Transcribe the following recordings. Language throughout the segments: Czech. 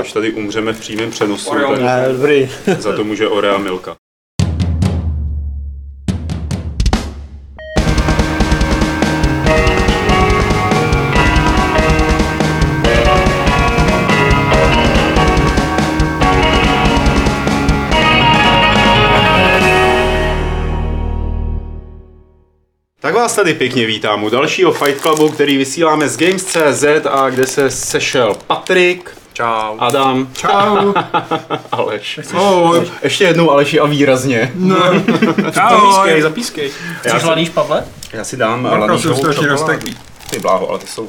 až tady umřeme v přímém přenosu, dobrý. za to může Orea Milka. Tak vás tady pěkně vítám u dalšího Fight Clubu, který vysíláme z Games.cz a kde se sešel Patrik. Čau. Adam. Čau. Aleš. Ahoj. Ještě jednou Aleši a výrazně. No. Zapískej, zapískej. Chceš hladíš, Pavle? Já si dám jsou strašně rozteklý. Ty bláho, ale ty jsou...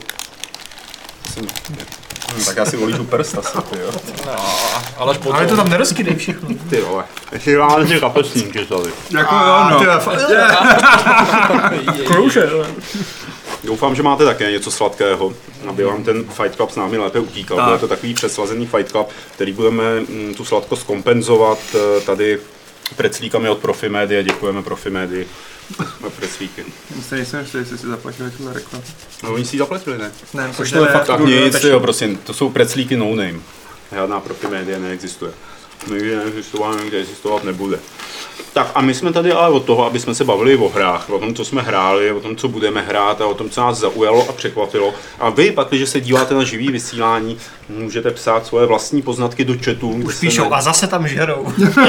tak já si volíš u prst asi, ty jo. Ale to tam nerozkydej všechno. Ty vole. Ještě mám ty kapesníky tady. Jako jo, no. Krouže, Doufám, že máte také něco sladkého, aby vám ten Fight Club s námi lépe utíkal. Bude to takový přeslazený Fight Club, který budeme tu sladkost kompenzovat tady preclíkami od Profimédie. Děkujeme Profimédii za preclíky. Nejsem ještě, jestli si zaplatili tuhle reklamu. No oni si ji zaplatili, ne? Ne, To je fakt tak nic, jo, prosím, to jsou preclíky no name. Žádná Profimédie neexistuje. Nikdy neexistovala, nikdy existovat nebude. Tak a my jsme tady ale od toho, aby jsme se bavili o hrách, o tom, co jsme hráli, o tom, co budeme hrát a o tom, co nás zaujalo a překvapilo. A vy pak, když se díváte na živý vysílání, můžete psát svoje vlastní poznatky do chatu. Už píšou a zase tam žerou.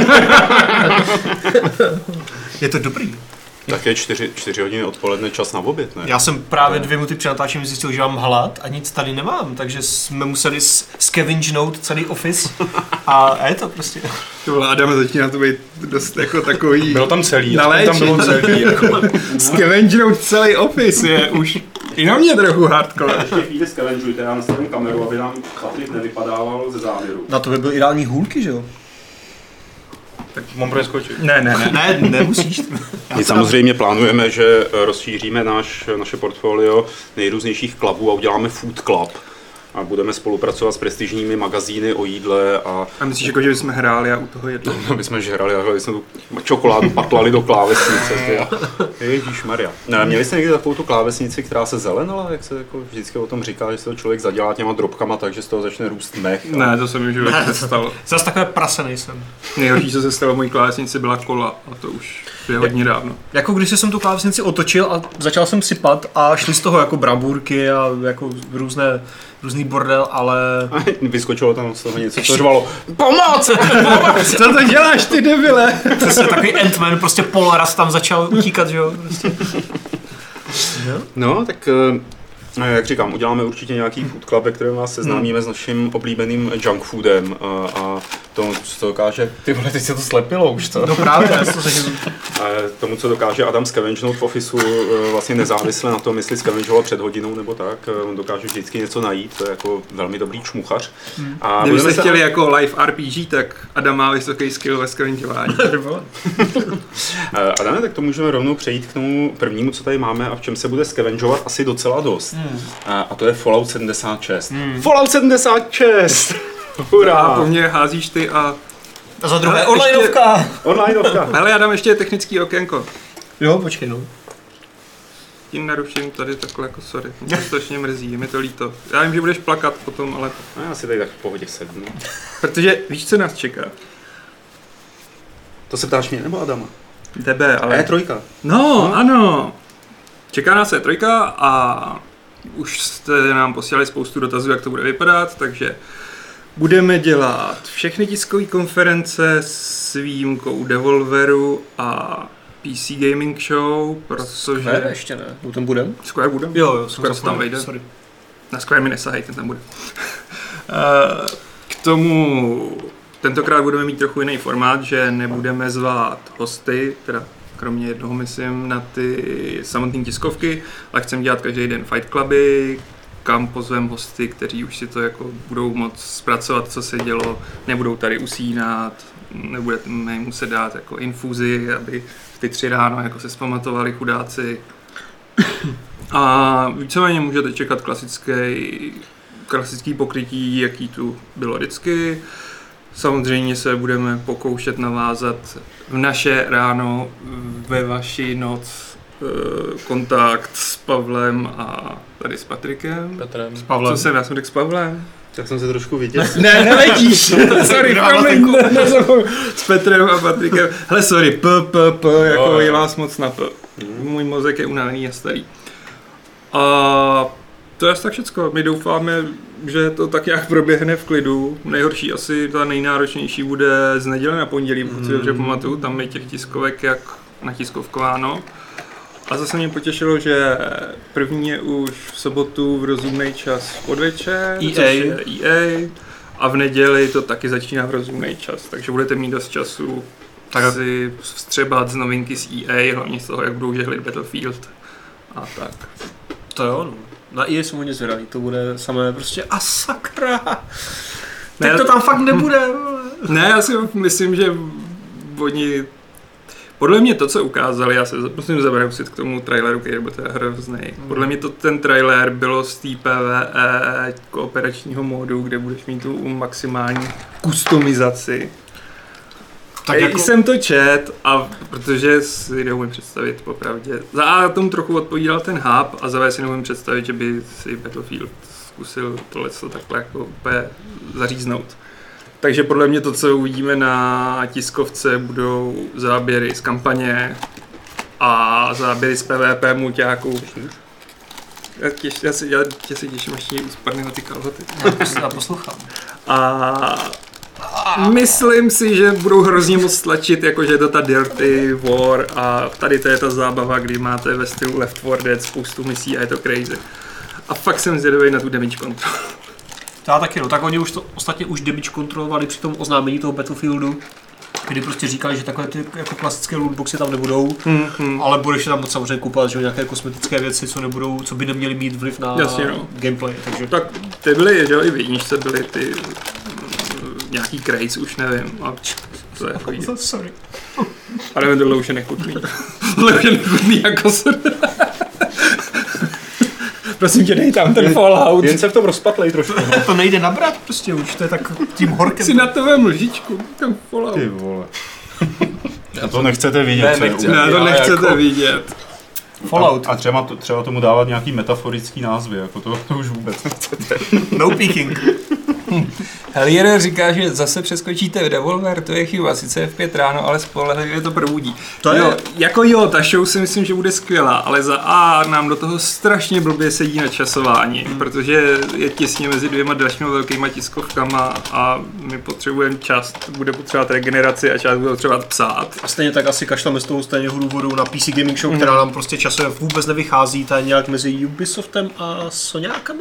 Je to dobrý. Tak je 4 hodiny odpoledne, čas na oběd, ne? Já jsem právě 2 minuty před natáčením zjistil, že mám hlad a nic tady nemám, takže jsme museli scavengenout celý office a je to prostě. To vládame začíná to být dost jako takový... Bylo tam celý, tam bylo celý. Scavengenout celý office je už i na mě trochu hardcore. Ještě chvíli scavengerujte, já nastavím kameru, aby nám Patrik nevypadával ze záběru. Na to by byl ideální hůlky, že jo? Tak mám preskočit. Ne. Ne, nemusíš. My samozřejmě plánujeme, že rozšíříme naše portfolio nejrůznějších klubů a uděláme Food Club. A budeme spolupracovat s prestižními magazíny o jídle a... A myslíš, jako, že bychom hráli a u toho jedli? No, my jsme žrali a jsme tu čokoládu patlali do klávesnice. Ježíšmarja. Měli jste někdy takovou tu klávesnici, která se zelenala, jak se jako vždycky o tom říká, že se to člověk zadělá těma drobkama tak, že z toho začne růst mech. A... Ne, to se mi už nestalo. Zas takové prase nejsem. Nejhorší, co se stalo v mojí klávesnici, byla kola a to už je hodně dávno. Jako když jsem tu klávesnici otočil a začal jsem sypat a šli z toho jako brambůrky a jako různý bordel, ale... Vyskočilo tam z toho něco, co řvalo. Pomoc! Co to děláš, ty debile? Přesně takový Ant-Man, prostě Polaras tam začal utíkat, že jo? Prostě. No, tak jak říkám, uděláme určitě nějaký food club, ve kterém vás seznámíme s naším oblíbeným junk foodem a tomu, co dokáže... Ty vole, teď se to slepilo už to. No právě, tomu, co dokáže Adam scavengenout v officeu vlastně nezávisle na tom, jestli scavengoval před hodinou nebo tak. On dokáže vždycky něco najít, to je jako velmi dobrý čmuchař. Kdybyste chtěli jako live RPG, tak Adam má vysoký skill ve scavengování. Adame, tak to můžeme rovnou přejít k tomu prvnímu, co tady máme a v čem se bude scavengovat asi docela dost. A to je Fallout 76. Fallout 76! Hurá! A po mně házíš ty a za druhé onlineovka! Onlineovka! Hele, já dám ještě technický okénko. Jo, počkej, no. Tím naruším tady takhle, jako sorry. Mě to strašně mrzí, je mi to líto. Já vím, že budeš plakat potom, ale... No, já si tady tak v pohodě sednu. Protože víš, co nás čeká? To se ptáš mě nebo Adama? Tebe, ale... E3. No, ano. Čeká nás E3 a už jste nám posílali spoustu dotazů, jak to bude vypadat, takže budeme dělat všechny tiskové konference s výjimkou Devolveru a PC Gaming Show, protože... Square ještě ne, tam budem? Square budem? Jo, Square se tam vejde. Sorry. Na Square mi nesahej, ten tam bude. K tomu tentokrát budeme mít trochu jiný formát, že nebudeme zvát hosty, teda kromě jednoho myslím na ty samotné tiskovky, ale chceme dělat každý den fight cluby, kam pozvem hosty, kteří už si to jako budou moct zpracovat, co se dělo, nebudou tady usínat, nebudeme jim muset dát jako infuzi, aby v ty 3 ráno jako se zpamatovali chudáci. A víceméně můžete čekat klasický pokrytí, jaký tu bylo vždycky. Samozřejmě se budeme pokoušet navázat v naše ráno, ve vaši noc kontakt s Pavlem a tady s Patrikem. S Pavlem. Co jsem, já jsem řekl s Pavlem? Tak jsem se trošku viděl. Ne, nevidíš. Sorry, promiň, s Petrem a Patrikem. Hele, sorry, p, jako je vás moc na p. Můj mozek je unavený a starý. A to je tak všecko. My doufáme, že to tak nějak proběhne v klidu. Nejhorší asi ta nejnáročnější bude z neděle na pondělí, pokud si dobře pamatuju. Tam je těch tiskovek jak natiskovkováno. A zase mě potěšilo, že první je už v sobotu v rozumný čas v podvečer, což je EA, a v neděli to taky začíná v rozumný čas, takže budete mít dost času si vstřebat z novinky z EA, hlavně z toho, jak budou žehlit Battlefield a tak. To jo, no. Na EA jsem hodně zvědavý, to bude samé prostě a sakra! Teď to tam fakt nebude. Ne, já si myslím, že oni... Podle mě to, co ukázali, já se musím zabrousit k tomu traileru, který byl teda hrozný. Podle mě ten trailer bylo z té PvE kooperačního módu, kde budeš mít tu maximální kustomizaci. Tak jako... jsem to čet, a protože si neumím představit popravdě. Za A tomu trochu odpovídal ten hub a za B si neumím představit, že by si Battlefield zkusil tohleto takhle jako úplně zaříznout. Takže podle mě to, co uvidíme na tiskovce, budou záběry z kampaně a záběry z PvP multiáků. Já se těším, až ti spadne na ty kalhoty. Já poslouchám. A myslím si, že budou hrozně moc tlačit, jakože je to ta Dirty War a tady to je ta zábava, kdy máte ve stylu Left 4 Dead spoustu misí a je to crazy. A fakt jsem zvědavý na tu damage control. Já taky no, tak oni už to ostatně už damage kontrolovali při tom oznámení toho Battlefieldu, kdy prostě říkali, že takové ty jako klasické lootboxy tam nebudou, ale budeš tam moc samozřejmě kupovat, že nějaké kosmetické věci, co by neměly mít vliv na gameplay. Takže... Tak ty byly, že i v jedničce byly ty nějaký crates, už nevím. A to je jako sorry. A nevím, tohle už je nechutný. Tohle už je nechutný jako Prosím tě, dej tam ten Fallout. Jen se v tom rozpatlej trošku. To nejde nabrat prostě už, to je tak tím horkem. Si na to vem lžičku, ten Fallout. Ty vole. To nechcete vidět. Ne, to nechcete vidět. Fallout. A třeba tomu dávat nějaký metaforický názvy, jako to už vůbec nechcete. No peeking. Helier říká, že zase přeskočíte v Devolver, to je chyba, sice je v 5 ráno, ale spolehlivě to probudí. To je, ta show si myslím, že bude skvělá, ale za A nám do toho strašně blbě sedí na časování, protože je těsně mezi dvěma dalšíma velkýma tiskovkama a my potřebujeme čas, bude potřebovat regeneraci a čas bude potřebovat psát. A stejně tak asi kašleme z toho stejného důvodu na PC Gaming Show, která nám prostě časově vůbec nevychází, ta nějak mezi Ubisoftem a Soňákama.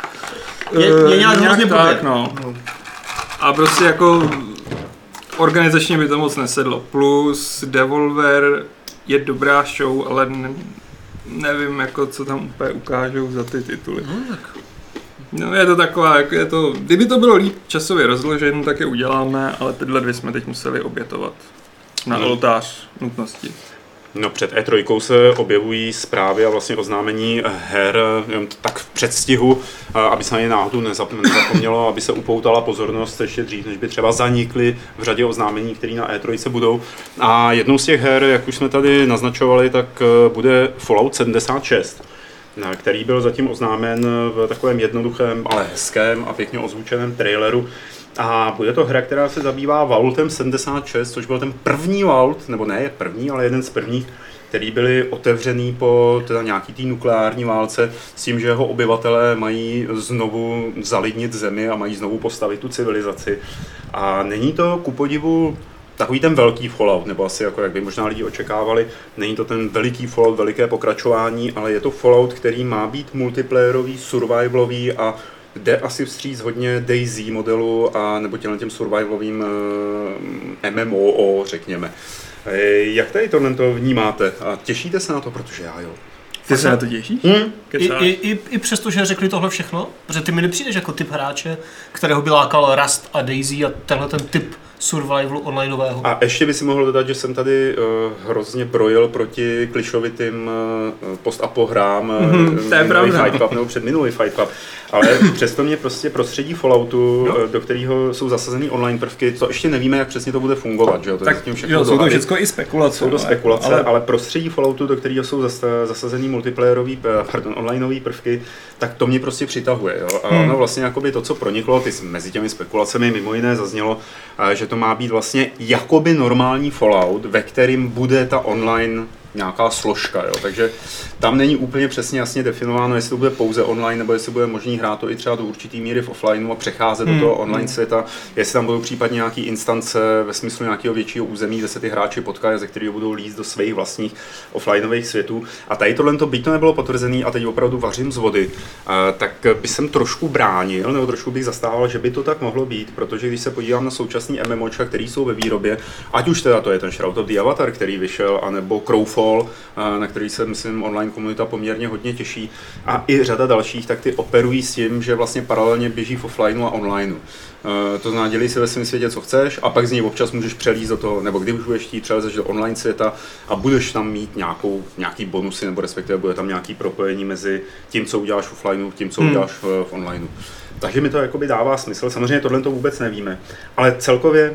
Je nějak hrozně tak, no. A prostě jako organizačně by to moc nesedlo. Plus Devolver je dobrá show, ale nevím, jako, co tam úplně ukážou za ty tituly. No, je to taková, je to, kdyby to bylo líp časově rozloženo, tak je uděláme, ale tyhle dvě jsme teď museli obětovat na oltář nutnosti. No, před E3 se objevují zprávy a vlastně oznámení her tak v předstihu, aby se na ně náhodou nezapomnělo, aby se upoutala pozornost ještě dřív, než by třeba zanikly v řadě oznámení, které na E3 budou. A jednou z těch her, jak už jsme tady naznačovali, tak bude Fallout 76, který byl zatím oznámen v takovém jednoduchém, ale hezkém a pěkně ozvučeném traileru. A bude to hra, která se zabývá Vaultem 76, což byl ten první Vault, nebo ne je první, ale jeden z prvních, který byly otevřený po teda nějaký té nukleární válce s tím, že jeho obyvatelé mají znovu zalidnit zemi a mají znovu postavit tu civilizaci. A není to ku podivu takový ten velký Fallout, nebo asi jako jak by možná lidi očekávali, není to ten veliký Fallout, veliké pokračování, ale je to Fallout, který má být multiplayerový, survivalový a jde asi vstříc hodně DayZ modelu a nebo těm survivalovým MMO, řekněme. Jak tady tohle vnímáte a těšíte se na to, protože já jo. Ty se na to těšíš? I přesto, že řekli tohle všechno, protože ty mi nepřijdeš jako typ hráče, kterého by lákal Rust a DayZ a tenhle ten typ survivalu onlineového. A ještě by si mohl dodat, že jsem tady hrozně brojil proti klišovitým post-apo hrám, to je pravda. Fight Club nebo předminulý Fight Club, ale přesto mě prostě prostředí Falloutu, do kterého jsou zasazený online prvky, to ještě nevíme, jak přesně to bude fungovat, že jo? To tak jo, jsou to všechno i spekulace. Jsou to spekulace, ale prostředí Falloutu, do kterého jsou zasazený onlineový prvky, tak to mě prostě přitahuje, jo? A ono vlastně jakoby to, co proniklo, mezi těmi spekulacemi mimo jiné zaznělo, že to má být vlastně jakoby normální Fallout, ve kterým bude ta online nějaká složka, jo. Takže tam není úplně přesně jasně definováno, jestli to bude pouze online, nebo jestli bude možný hrát to i třeba do určitý míry v offlineu a přecházet do toho online světa, jestli tam budou případně nějaký instance ve smyslu nějakého většího území, kde se ty hráči potkají, ze kterého budou líst do svých vlastních offlineových světů. A tady tohle to, byť to nebylo potvrzený a teď opravdu vařím z vody, tak by jsem trošku bránil, nebo trošku bych zastával, že by to tak mohlo být, protože když se podívám na současný MMOčka, který jsou ve výrobě, ať už teda to je ten Shroud of the Avatar, který vyšel, anebo Crowfall, na který se, myslím, online komunita poměrně hodně těší, a i řada dalších, tak ty operují s tím, že vlastně paralelně běží v offlineu a onlineu. To znamená, dělej si ve svém světě, co chceš, a pak z něj občas můžeš přelízt do toho, nebo když budeš chtít, přelezeš do online světa a budeš tam mít nějaký bonusy, nebo respektive bude tam nějaký propojení mezi tím, co uděláš v offlineu, tím, co uděláš v onlineu. Takže mi to jakoby dává smysl. Samozřejmě tohle to vůbec nevíme, ale celkově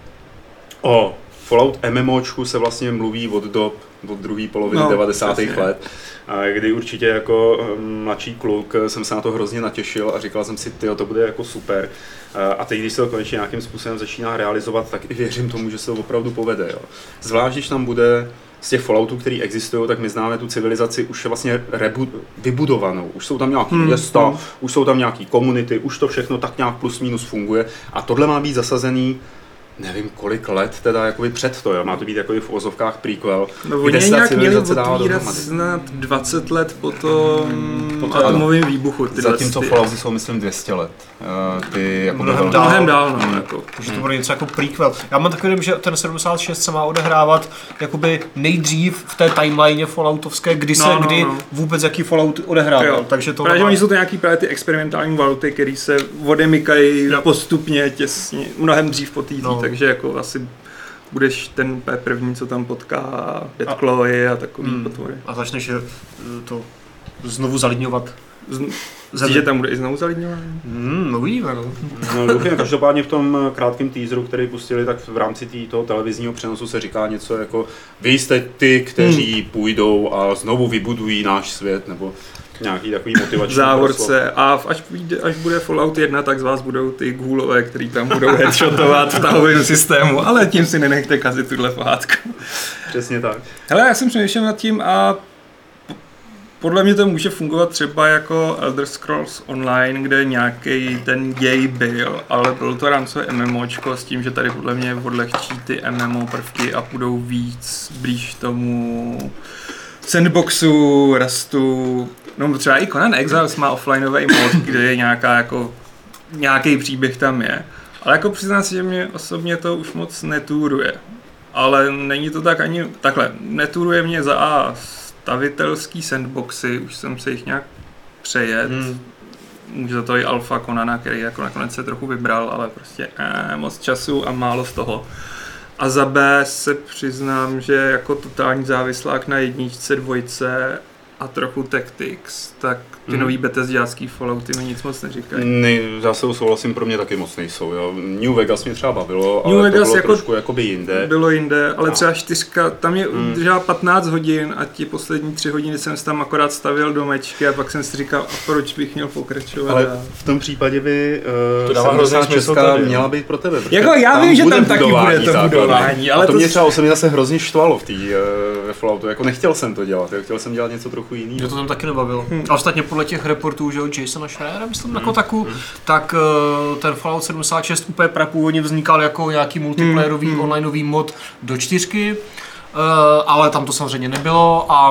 o Fallout MMOčku se vlastně mluví od druhé poloviny 90. let, kdy určitě jako mladší kluk jsem se na to hrozně natěšil a říkal jsem si, tyjo, to bude jako super. A teď, když se to konečně nějakým způsobem začíná realizovat, tak i věřím tomu, že se to opravdu povede. Jo. Zvlášť, když tam bude z těch Falloutů, který existují, tak my známe tu civilizaci už je vlastně vybudovanou. Už jsou tam nějaký města, už jsou tam nějaký komunity, už to všechno tak nějak plus minus funguje. A tohle má být zasazený, nevím kolik let teda jakoby před to, jo. Má to být jakoby v uvozovkách prequel. No oni nějak měli otvírat snad 20 let po tom atomovém výbuchu. Zatímco Fallouty jsou, myslím, 200 let. Ty jako mnohem dál, no. Jako. Takže to bude něco jako prequel. Já mám takový, že ten 76 se má odehrávat jakoby nejdřív v té timeline Falloutovské, kdy vůbec jaký Fallout odehrával. Takže to právě, oni jsou to nějaký právě ty experimentální valuty, které se odemykají postupně těsně, mnohem dřív po týdní. Takže jako asi budeš ten první, co tam potká Dead Chloe a takový potvory. A začneš to znovu zalidňovat. Že tam bude i znovu zalidňování? Uvidíme, no. Doufám, každopádně v tom krátkém teaseru, který pustili, tak v rámci toho televizního přenosu se říká něco jako vy jste ty, kteří půjdou a znovu vybudují náš svět, nebo nějaký takový motivační závorce. A až bude Fallout 1, tak z vás budou ty ghoulové, který tam budou headshotovat v tahovém systému, ale tím si nenechte kazit tuhle pohádku. Přesně tak. Hele, já jsem přemýšlel nad tím a podle mě to může fungovat třeba jako Elder Scrolls Online, kde nějaký ten děj byl, ale bylo to rámcové MMOčko s tím, že tady podle mě odlehčí ty MMO prvky a budou víc blíž tomu sandboxu, Rustu. No třeba i Conan Exiles má offlineový mod, kde je nějaký příběh tam je. Ale jako přiznám si, že mě osobně to už moc netůruje. Ale není to tak ani takhle. Netůruje mě za A stavitelský sandboxy, už jsem se jich nějak přejet. Může za to i Alpha Conana, který jako nakonec se trochu vybral, ale prostě moc času a málo z toho. A za B se přiznám, že jako totální závislák na jedničce, dvojce a trochu Tactics, tak ty nový Bethesdiácký Fallouty mi nic moc neříkají. Zase souhlasím, pro mě taky moc nejsou. Jo. New Vegas mě třeba bavilo, New ale Vegas to bylo jako trošku jakoby jinde. Bylo jinde, ale třeba 4, tam je držela 15 hodin a ti poslední 3 hodiny jsem tam akorát stavěl domečky a pak jsem si říkal, a proč bych měl pokračovat. Ale v tom případě by 76 měla být pro tebe. Jako já vím, že tam taky bude to budování, ale to mě třeba osobně zase hrozně štvalo ve Falloutu. Jako nechtěl jsem to dělat, chtěl jsem dělat něco trochu jiného. Mě to tam taky nebavilo. A ostatně podle těch reportů, že od Jasona Schreiera, myslím, jako tak ten Fallout 76 úplně prapůvodně vznikal jako nějaký multiplayerový onlineový mod do 4, ale tam to samozřejmě nebylo a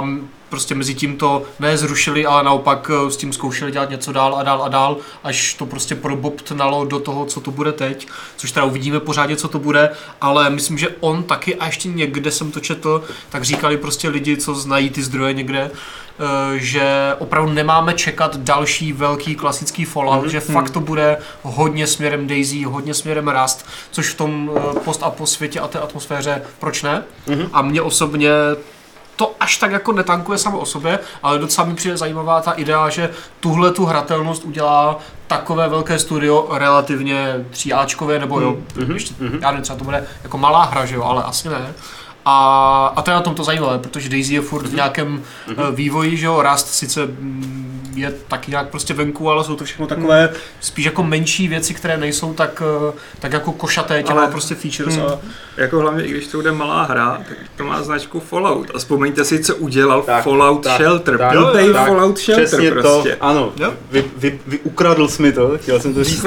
prostě mezi tím to nezrušili, ale naopak s tím zkoušeli dělat něco dál a dál a dál, až to prostě probobtnalo do toho, co to bude teď, což teda uvidíme pořádně, co to bude, ale myslím, že on taky a ještě někde jsem to četl, tak říkali prostě lidi, co znají ty zdroje někde, že opravdu nemáme čekat další velký klasický Fallout, že fakt to bude hodně směrem Daisy, hodně směrem Rust, což v tom post-apo světě a té atmosféře proč ne? A mě osobně to až tak jako netankuje samo o sobě, ale docela mi přijde zajímavá ta idea, že tuhle tu hratelnost udělá takové velké studio relativně 3Ačkové, nebo jo, ještě, já nevím, třeba to bude jako malá hra, že jo, ale asi ne. A to je na tom to zajímavé, protože Daisy je furt v nějakém vývoji, že jo, Rust sice je taky nějak prostě venku, ale jsou to všechno takové spíš jako menší věci, které nejsou tak jako košaté, těma ale prostě features. Jako hlavně, i když to bude malá hra, tak to má značku Fallout. A vzpomeňte si, co udělal Fallout Shelter. Blbej Fallout Shelter prostě. To, ano, vy ukradl jsi mi to, chtěl jsem to říct,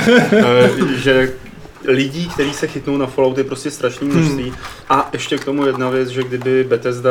že lidí, kteří se chytnou na Fallout, je prostě strašný množství. A ještě k tomu jedna věc, že kdyby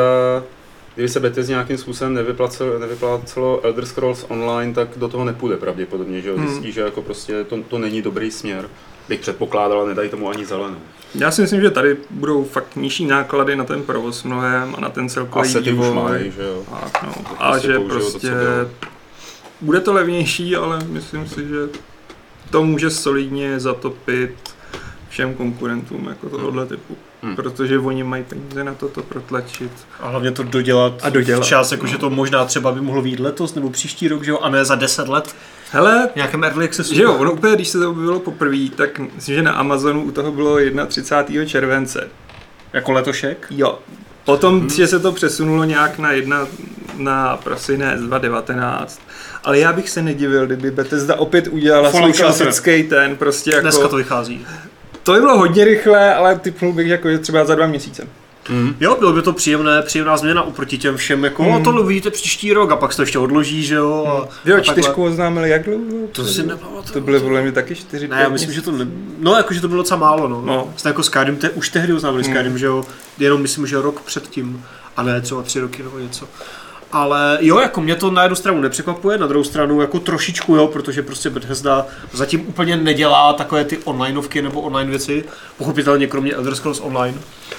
se Bethesda nějakým způsobem nevyplácelo Elder Scrolls Online, tak do toho nepůjde pravděpodobně, že jo? Zjistí, že jako prostě to není dobrý směr. Bych předpokládal, ale nedají tomu ani zelenou. Já si myslím, že tady budou fakt nižší náklady na ten provoz mnohem a na ten celkový vývoj. Už mají, že jo? A že prostě bude to levnější, ale myslím si, že to může solidně zatopit všem konkurentům jako tohohle typu. Protože oni mají peníze na to protlačit. A hlavně to dodělat včas, jakože to možná třeba by mohlo vyjít letos nebo příští rok, že jo, a ne za 10 let. Hele, nějakém early accessu. Že jo, ono úplně, když se to objevilo poprvé, tak myslím, že na Amazonu u toho bylo 31. července. Jako letošek? Jo. Potom, že se to přesunulo nějak na prosinec 2019. Ale já bych se nedivil, kdyby Bethesda opět udělala svůj klasický ten prostě jako... Dneska to vychází. To by bylo hodně rychle, ale typnul bych jako třeba za 2 měsíce. Jo, bylo by to příjemná změna oproti těm všem, jako to uvidíte příští rok a pak se to ještě odloží, že jo. Jo, 4 oznámili jak dlouho? To si nepamatuju. To byly podle mě taky 4. Ne, já myslím, že to jakože to bylo docela málo, no. Jako Skyrim, už tehdy oznámili Skyrim, že jo, jenom myslím, že rok předtím, a ne třeba 3 roky nebo něco. Ale jo, jako mě to na jednu stranu nepřekvapuje, na druhou stranu jako trošičku jo, protože prostě Bethesda zatím úplně nedělá takové ty onlineovky nebo online věci, pochopitelně kromě Elder Scrolls Online.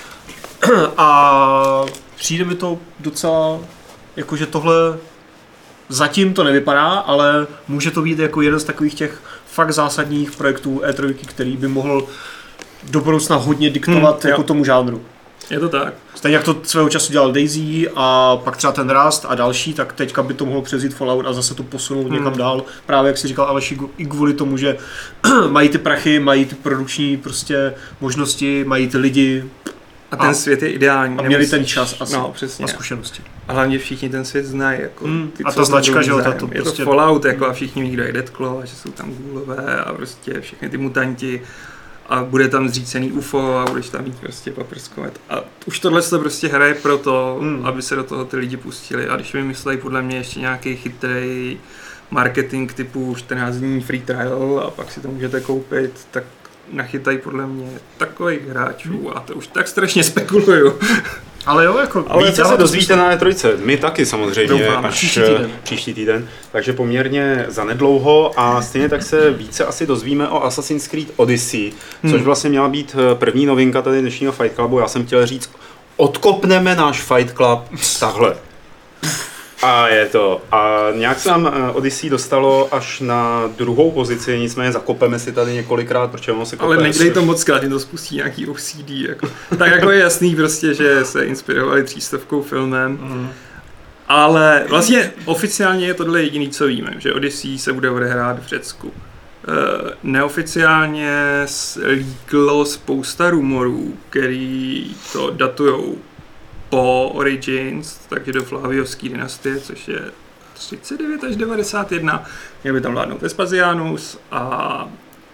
A přijde mi to docela, jakože tohle zatím to nevypadá, ale může to být jako jeden z takových těch fakt zásadních projektů E3, který by mohl do budoucna hodně diktovat jako tomu žánru. Je to tak. Stejně jak to svého času dělal Daisy a pak třeba ten Rust a další, tak teďka by to mohlo převzít Fallout a zase to posunout někam dál. Právě jak si říkal Aleš, i kvůli tomu, že mají ty prachy, mají ty produkční prostě možnosti, mají ty lidi. A ten svět je ideální. A měli ten čas asi a zkušenosti. A hlavně všichni ten svět znají. Jako ty, a ta značka, že jo, to je prostě... to Fallout jako a všichni ví, kdo je Deathclaw a že jsou tam ghoulové a prostě všechny ty mutanti. A bude tam zřícený UFO a budeš tam mít prostě paprskovat. A už tohle se prostě hraje proto, aby se do toho ty lidi pustili. A když vymyslejí podle mě ještě nějaký chytrý marketing typu 14 dní free trial a pak si to můžete koupit, tak nachytají podle mě takových hráčů a to už tak strašně spekuluju. Ale jo, jako... Ale více se dozvíte na E3, my taky samozřejmě, doufám, až příští týden. Takže poměrně zanedlouho a stejně tak se více asi dozvíme o Assassin's Creed Odyssey, což vlastně měla být první novinka tady dnešního Fight Clubu. Já jsem chtěl říct, odkopneme náš Fight Club takhle. A je to. A nějak se nám Odyssey dostalo až na 2. pozici, nicméně zakopeme si tady několikrát, protože ono se kope. Ale nejdej to moc krát, to spustí nějaký OCD. Jako. Tak jako je jasný prostě, že se inspirovali 300 filmem. Ale vlastně oficiálně je tohle jediný, co víme, že Odyssey se bude odehrát v Řecku. Neoficiálně líklo spousta rumorů, který to datujou po Origins, takže do Flaviovské dynastie, což je 39 až 91. Měl by tam vládnout Vespasianus a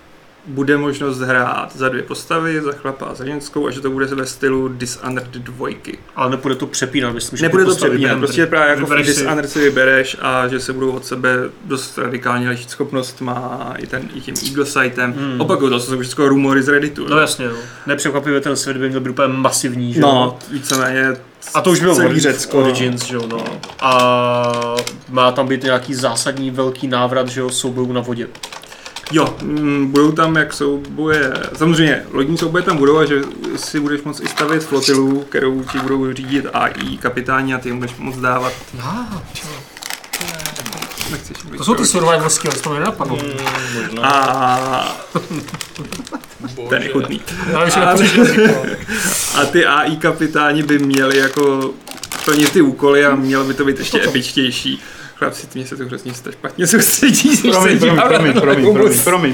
bude možnost hrát za 2 postavy, za chlapa a za ženskou, a že to bude ve stylu Dishonored 2. Ale nebude to přepínat, myslím, že nebude to postavy přepínat, během prostě právě jako v si. Dishonored si vybereš a že se budou od sebe dost radikálně lišit. Schopnost má i tím Eagle Sightem. Opakuju, to jsou všechno rumory z Redditu. No jasně, no. Nepřekvapivě ten svět by měl být úplně masivní, že no, víceméně a to už bylo celý Řecko. Origins, že jo, no. A má tam být nějaký zásadní velký návrat, že jo, soubojů na vodě. Jo, budou tam jak souboje, samozřejmě lodní souboje tam budou a že si budeš moct i stavět flotilu, kterou ti budou řídit AI kapitáni a ty jim budeš moct dávat. To jsou ty survivalský, ale to mě nenapadlo. A ten je chutný. A ty AI kapitáni by měli jako plnit ty úkoly a mělo by to být ještě epičtější. Chlapci, mě se to hrozně špatně soustředí. Promiň.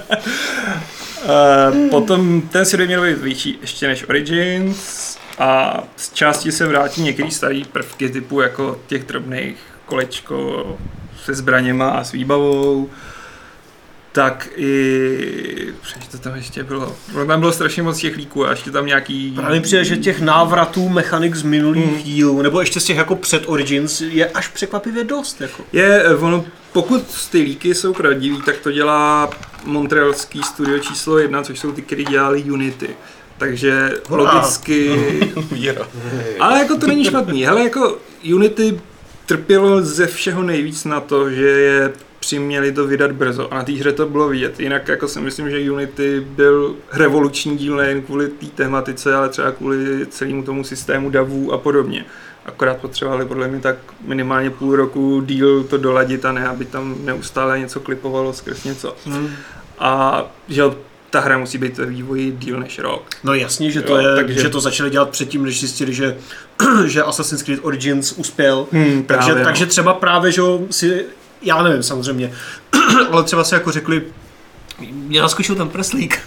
Potom ten svět měl být větší ještě než Origins a z části se vrátí některé staré prvky typu jako těch drobných kolečko se zbraněma a s výbavou. Tak i... Přeč to tam ještě bylo? Tam bylo strašně moc těch líků a ještě tam nějaký... Právě mi přijde, že těch návratů mechanik z minulých dílů, nebo ještě z těch jako před Origins, je až překvapivě dost. Jako. Ono, pokud ty líky jsou pravdivý, tak to dělá montrealský studio číslo 1, což jsou ty, který dělali Unity. Takže logicky... Ale jako to není špatný. Hele, jako Unity trpělo ze všeho nejvíc na to, že je přiměli to vydat brzo a na té hře to bylo vidět. Jinak jako si myslím, že Unity byl revoluční díl nejen kvůli té tematice, ale třeba kvůli celému tomu systému davů a podobně. Akorát potřebovali podle mě tak minimálně půl roku díl to doladit a ne, aby tam neustále něco klipovalo skrz něco. A že ta hra musí být ve vývoji díl než rok. No jasně, že to je, takže... že to začali dělat předtím, než zjistili, že Assassin's Creed Origins uspěl. Takže třeba právě, že si, já nevím samozřejmě, ale třeba si jako řekli, mě naskočil ten preslík.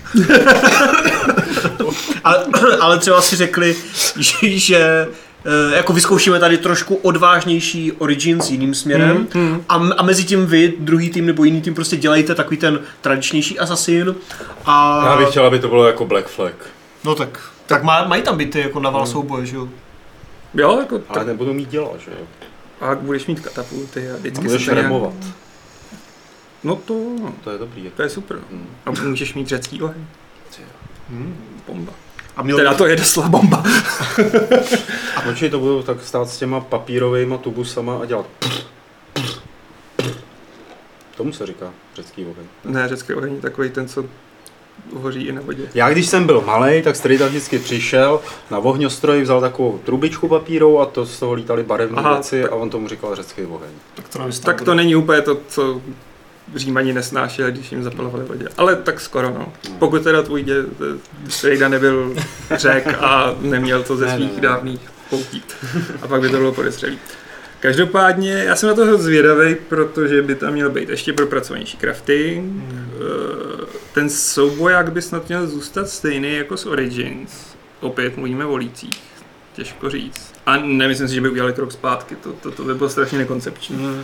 ale třeba si řekli, že jako vyzkoušíme tady trošku odvážnější Origins jiným směrem a mezi tím vy, druhý tým nebo jiný tým prostě dělejte takový ten tradičnější Assassin a... Já bych chtěl, aby to bylo jako Black Flag. No tak mají tam být ty jako naval souboje, že jo? Jo, jako... Ale nebudou mít děla, že jo? A budeš mít katapulty a vždycky budeš se removat. No to je dobrý. To je super. A můžeš mít řecký oheň. Bomba. A teda to je doslova bomba. A počkej, to budou tak stát s těma papírovejma tubusama a dělat. Tomu se říká řecký oheň. Ne, řecký oheň je takový ten, co hoří i na vodě. Já když jsem byl malej, tak strejda vždycky přišel na ohňostroj, vzal takovou trubičku papírovou a to z toho lítaly barevné věci a on tomu říkal řecký oheň. Tak to není úplně to, co Římani nesnášeli, když jim zapalovali vodě. Ale tak skoro, no. Pokud teda tvůj strejda nebyl Řek a neměl to ze svých dávných poutí. A pak by to bylo podezřelý. Každopádně, já jsem na toho zvědavej, protože by tam měl být ještě propracovanější crafting. Ten souboják by snad měl zůstat stejný jako s Origins. Opět mluvíme o lících. Těžko říct. A nemyslím si, že by udělali krok zpátky. To by bylo strašně nekoncepční.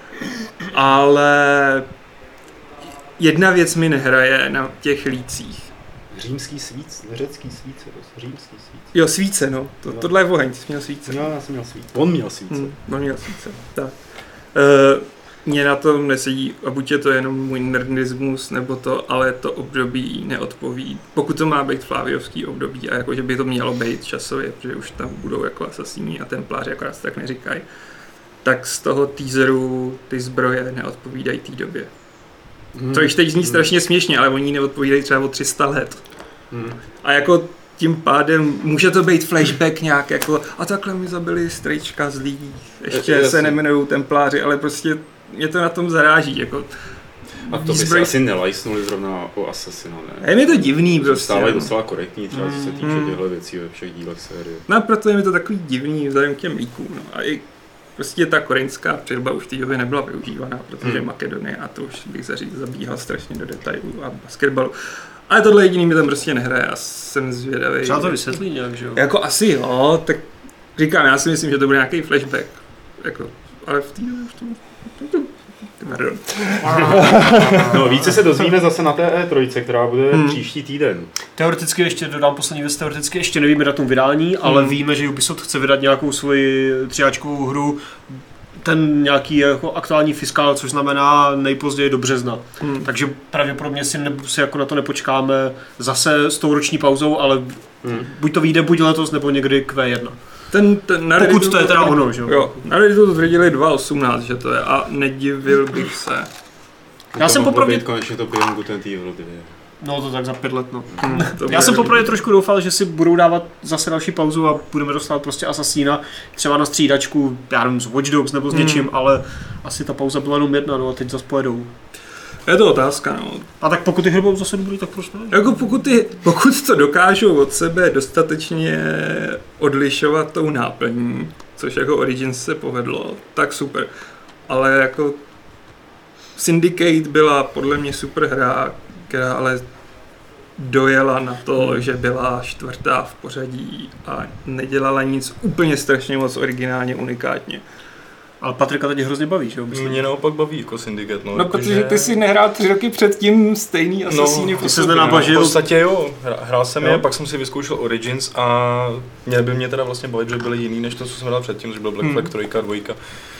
Ale jedna věc mi nehraje na těch lících. Římský svíc, řecký svíce, římský svíce. Jo, svíce, no. Tohle je oheň, ty jsi měl svíce. Jo, já jsem měl svíce. On měl svíce. On měl svíce, tak. Mě na tom nesedí, a buď je to jenom můj nerdismus, nebo to, ale to období neodpoví. Pokud to má být fláviovský období, a jakože by to mělo být časově, protože už tam budou jako asasíni a templáři, akorát se tak neříkají, tak z toho teaseru ty zbroje neodpovídají té době. Což teď zní strašně směšně, ale oni neodpovídají třeba o 300 let. A jako tím pádem může to být flashback nějak jako a takhle mi zabili strejčka zlý, ještě se nemenují templáři, ale prostě mě to na tom zaráží. Jako, a to by se asi nelajsnuli zrovna o Assassina, ne? Je mi to divný prostě. Stávají docela korektní, třeba co se týče těchto věcí ve všech dílech série. No proto je mi to takový divný vzhledem k těm líkům. No. A i prostě ta koreňská přilba už v té době nebyla využívaná, protože Makedonie a to už bych zabíhal strašně do detailů a basketbalu. Ale tohle jediný mi tam prostě nehraje a jsem zvědavý. Třeba to vysvětlí nějak, že jo? Jako asi jo, tak říkám, já si myslím, že to bude nějaký flashback. Jako, ale v té době už to... Pardon. No, více se dozvíme zase na té E3, která bude příští týden. Teoreticky ještě dodám poslední věc, teoreticky ještě nevíme datum vydání, ale víme, že Ubisoft chce vydat nějakou svoji 3áčkovou hru, ten nějaký jako aktuální fiskál, což znamená nejpozději do března. Takže pravděpodobně si jako na to nepočkáme zase s tou roční pauzou, ale buď to vyjde buď letos, nebo někdy Q1. Pokud to je teda ono, že jo? Na Redditu to tvrdili 2018, že to je, a nedivil bych se. Já jsem popravdě... konečně to Beyond Good and Evil, No to tak za 5 let, no. Já jsem poprvé trošku doufal, že si budou dávat zase další pauzu a budeme dostat prostě Assassina, třeba na střídačku, já nevím, s Watch Dogs nebo s něčím, ale asi ta pauza byla jenom jedna, no a teď zase pojedou. Je to otázka, no. A tak pokud ty hry budou zase dobrý, tak proč ne? Jako pokud to dokážou od sebe dostatečně odlišovat tou náplní, což jako Origins se povedlo, tak super. Ale jako Syndicate byla podle mě super hra, která ale dojela na to, že byla 4. v pořadí a nedělala nic úplně strašně moc originálně, unikátně. Ale Patrika teď hrozně baví, že jo? Mě naopak baví jako Syndicate, no. No, protože ty si nehrál 3 roky předtím stejný Assassiny. Ty se nenabažil. V podstatě jo, hrál jsem je, pak jsem si vyzkoušel Origins a měl by mě teda vlastně bavit, že byly jiný než to, co jsem hrál předtím, že byl Black Flag 3, 2.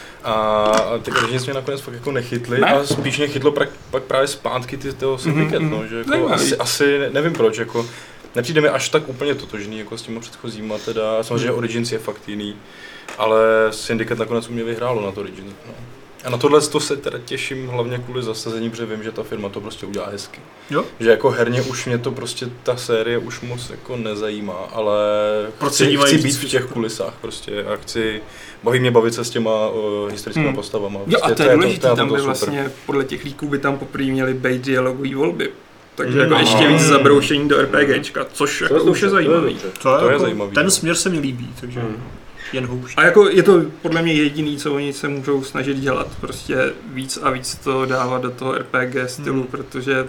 A ty Origins mě nakonec fakt jako nechytly a spíš mě chytlo pak právě zpátky toho Syndicate, no, že jako asi nevím proč, jako nepřijde mi až tak úplně totožný jako s těma předchozíma teda, samozřejmě Origins je fakt jiný, ale Syndicate nakonec u mě vyhrálo na to Origins, no. A na tohle se teda těším hlavně kvůli zasazení, protože vím, že ta firma to prostě udělá hezky. Jo? Že jako herně už mě to prostě, ta série už moc jako nezajímá, ale chci být v těch kulisách prostě a baví mě bavit se s těma historickými postavama. Jo, prostě a to je důležité, tam by super. vlastně podle těch líků by tam poprvé měly být dialogové volby. Takže jako ještě víc zabroušení do RPGčka, což jako už je zajímavý. To je zajímavý. Ten směr se mi líbí, takže jen hůř. A jako je to podle mě jediný, co oni se můžou snažit dělat, prostě víc a víc to dávat do toho RPG stylu, protože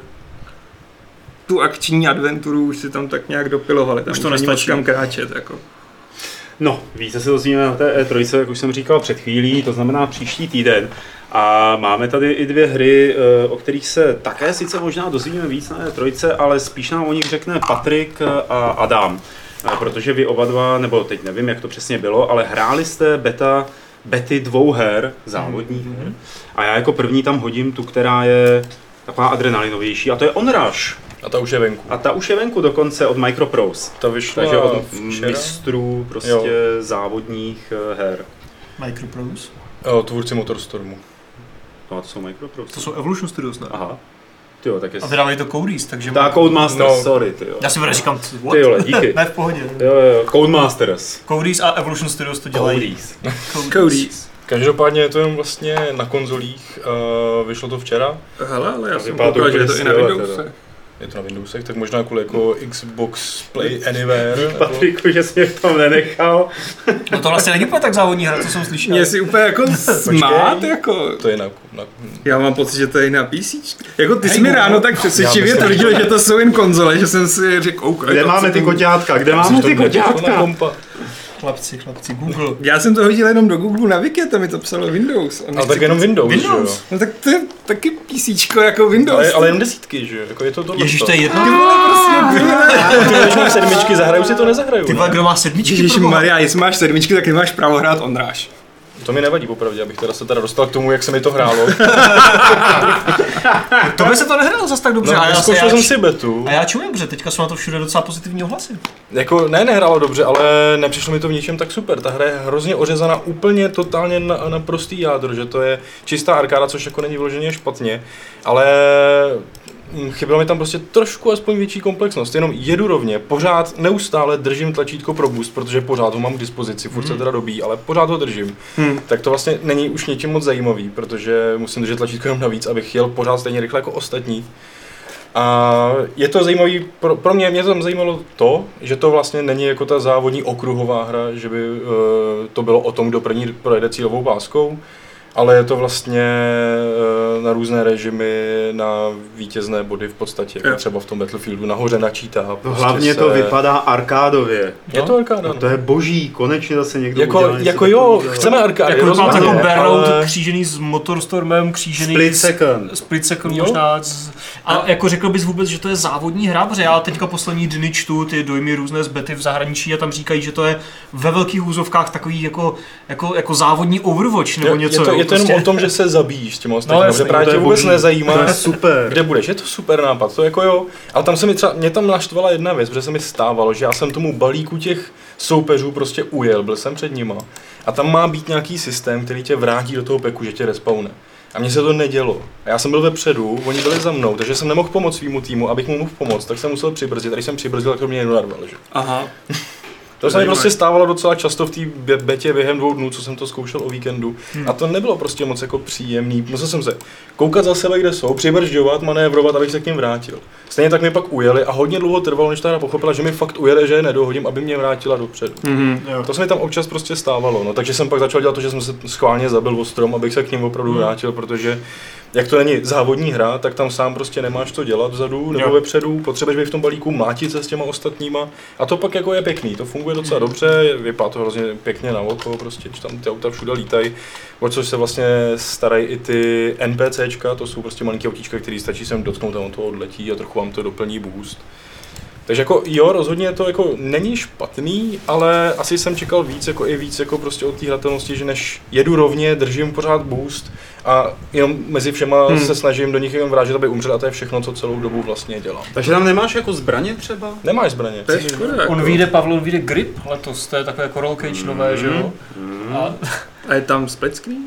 tu akční adventuru už si tam tak nějak dopilovali, tam už to nestačí kam kráčet, jako. No, více se dozvíme na té E3, jak už jsem říkal před chvílí, to znamená příští týden. A máme tady i 2 hry, o kterých se také sice možná dozvíme víc na E3, ale spíš nám o nich řekne Patrik a Adam. Protože vy oba dva, nebo teď nevím, jak to přesně bylo, ale hráli jste bety 2 her, závodních her. A já jako první tam hodím tu, která je taková adrenalinovější, a to je Onrush. A ta už je venku. A ta už je venku dokonce od Microprose. Ta vyšla takže od včera? mistrů prostě závodních her. Microprose? Tvůrci Motorstormu. No a to jsou Microprose. To jsou Evolution Studios, ne? Aha. Tyjo, tak je... A vydávají to Codemasters, takže... Codemasters, sorry, tyjo. Já si říkám, what? Tyjo, díky. Ne, v pohodě. Jo, Codemasters. Codemasters a Evolution Studios to dělají. Codemasters. Každopádně je to jenom vlastně na konzolích, vyšlo to včera. Hele, ale já jsem koukal, že je to i na Windowsech. Je to na Windowsech, tak možná kvůli jako Xbox Play Anywhere. Patriku, že jsi mě v tom nenechal. No to vlastně není úplně tak závodní hra, co jsem slyšel. Mě si úplně jako smát, jako... To je na... Já mám pocit, že to je na PC. Jako ty jsi mi ráno tak přesvědčivě tvrdil, že to jsou jen konzole, že jsem si řekl, OK. Kde máme ty koťátka? Kde máme ty koťátka? Chlapci, Google. Já jsem to hodil jenom do Google na Wiki, tam mi to psalo Windows. Ale tak jenom Windows, že jo? No tak to je taky PCčko jako Windows. Ale jenom desítky, že jo? Jako je to tohle. Ježiš, to je jedno. Ty vole, prostě, ty když mám 7, zahraju si to nezahraju. Ty vole, kdo má 7? Ježišmarja, jestli máš 7, tak nemáš právo hrát Onrush. To mi nevadí popravdě, abych teda se dostal k tomu, jak se mi to hrálo. To by se to nehrálo zase tak dobře. No, zkoušel jsem si betu. A já čujem, že teďka jsou na to všude docela pozitivní ohlasy. Jako nehrálo dobře, ale nepřišlo mi to v ničem tak super. Ta hra je hrozně ořezaná úplně totálně na prostý jádro, že to je čistá arkáda, což jako není vyloženě špatně, ale chyběla mi tam prostě trošku aspoň větší komplexnost, jenom jedu rovně, pořád neustále držím tlačítko pro boost, protože pořád ho mám k dispozici, furt se teda dobí, ale pořád ho držím. Tak to vlastně není už něčím moc zajímavý, protože musím držet tlačítko jenom navíc, abych jel pořád stejně rychle jako ostatní. A je to zajímavý, pro mě to tam zajímalo to, že to vlastně není jako ta závodní okruhová hra, že by to bylo o tom, kdo první projede cílovou páskou, ale je to vlastně na různé režimy, na vítězné body v podstatě, jako třeba v tom Battlefieldu nahoře načítá. Prostě hlavně to vypadá arkádově. Je to arkáda. No to je boží, konečně zase někdo udělal něco jo, chceme arkády. Jako vypadá jako Burnout ale... křížený s Motorstormem, křížený Split Second možná. A jako řekl bys vůbec, že to je závodní hra, protože já teďka poslední dny čtu ty dojmy různé z bety v zahraničí a tam říkají, že to je ve velkých úzovkách takový jako závodní Overwatch nebo něco. Je to jenom o tom, že se zabíjíš s těma ostatními, že právě tě vůbec nezajímá, to je super. Kde budeš. Je to super nápad, to jako jo. Ale tam mě tam naštvala jedna věc, protože se mi stávalo, že já jsem tomu balíku těch soupeřů prostě ujel, byl jsem před nima. A tam má být nějaký systém, který tě vrátí do toho peku, že tě respawne. A mně se to nedělo. A já jsem byl vepředu, oni byli za mnou, takže jsem nemohl pomoct svýmu týmu, abych mu mohl pomoct, tak jsem musel přibrzdit. Tady jsem přibrzdil, tak to mě někdo narval, že? Aha. To se mi prostě stávalo docela často v té betě během 2 dnů, co jsem to zkoušel o víkendu. A to nebylo prostě moc jako příjemný. Musel jsem se koukat za sebe, kde jsou, přibržďovat, manévrovat, abych se k nim vrátil. Stejně tak mi pak ujeli a hodně dlouho trvalo, než ta hra pochopila, že mi fakt ujede, že je nedohodím, aby mě vrátila dopředu. To se mi tam občas prostě stávalo, no, takže jsem pak začal dělat to, že jsem se schválně zabil o strom, abych se k ním opravdu vrátil, protože jak to není závodní hra, tak tam sám prostě nemáš co dělat vzadu nebo vepředu, potřebuješ být v tom balíku mlátit se s těma ostatníma a to pak jako je pěkný, to funguje docela dobře, vypadá to hrozně pěkně na oko, prostě, když tam ty auta všude lítají, o což se vlastně starají i ty NPCčka, to jsou prostě malinký autíčka, který stačí sem dotknout a on to odletí a trochu vám to doplní boost. Takže jako jo, rozhodně to jako není špatný, ale asi jsem čekal víc jako prostě od té hratelnosti, že než jedu rovně, držím pořád boost a jenom mezi všema se snažím do nich jenom vrážet, aby umřel a to je všechno, co celou dobu vlastně dělám. Takže tam nemáš jako zbraně třeba? Nemáš zbraně. To je škoda. Jako. On vyjde Grip letos, to je takové jako roll cage nové, že jo? A je tam split screen?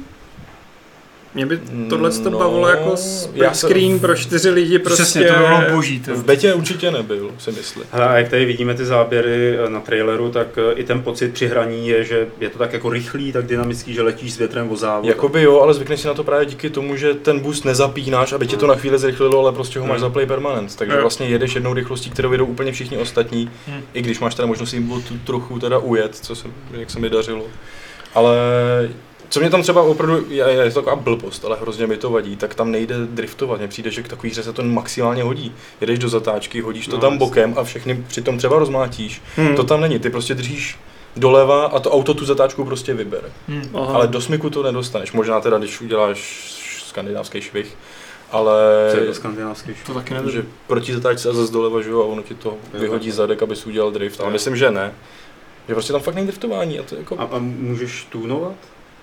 Mě by tohle to bavilo jako split screen pro 4 lidi prostě. Přesně, to bylo boží. V betě určitě nebyl, si myslím. Hele, a jak tady vidíme ty záběry na traileru, tak i ten pocit při hraní je, že je to tak jako rychlý, tak dynamický, že letíš s větrem o závod. Jakoby jo, ale zvykneš si na to právě díky tomu, že ten boost nezapínáš, aby tě to na chvíli zrychlilo, ale prostě ho máš za play permanent. Takže vlastně jedeš jednou rychlostí, kterou jedou úplně všichni ostatní, i když máš teda možnost jim tu trochu teda ujet, jak se mi dařilo. Ale co mě tam třeba opravdu, je to taková blbost, ale hrozně mi to vadí, tak tam nejde driftovat. Mně přijde, že k takový hře se to maximálně hodí. Jedeš do zatáčky, hodíš to tam bokem a všechny přitom třeba rozmlátíš. To tam není, ty prostě držíš doleva a to auto tu zatáčku prostě vybere. Ale do smyku to nedostaneš, možná teda, když uděláš skandinávský švih. Ale co je to skandinávský švih? To taky nevím. Že proti zatáčce a zase doleva, že jo, a ono ti to vyhodí zadek, abys udělal drift, ale myslím, že ne. Že prostě tam fakt není driftování a to jako... A můžeš tunovat?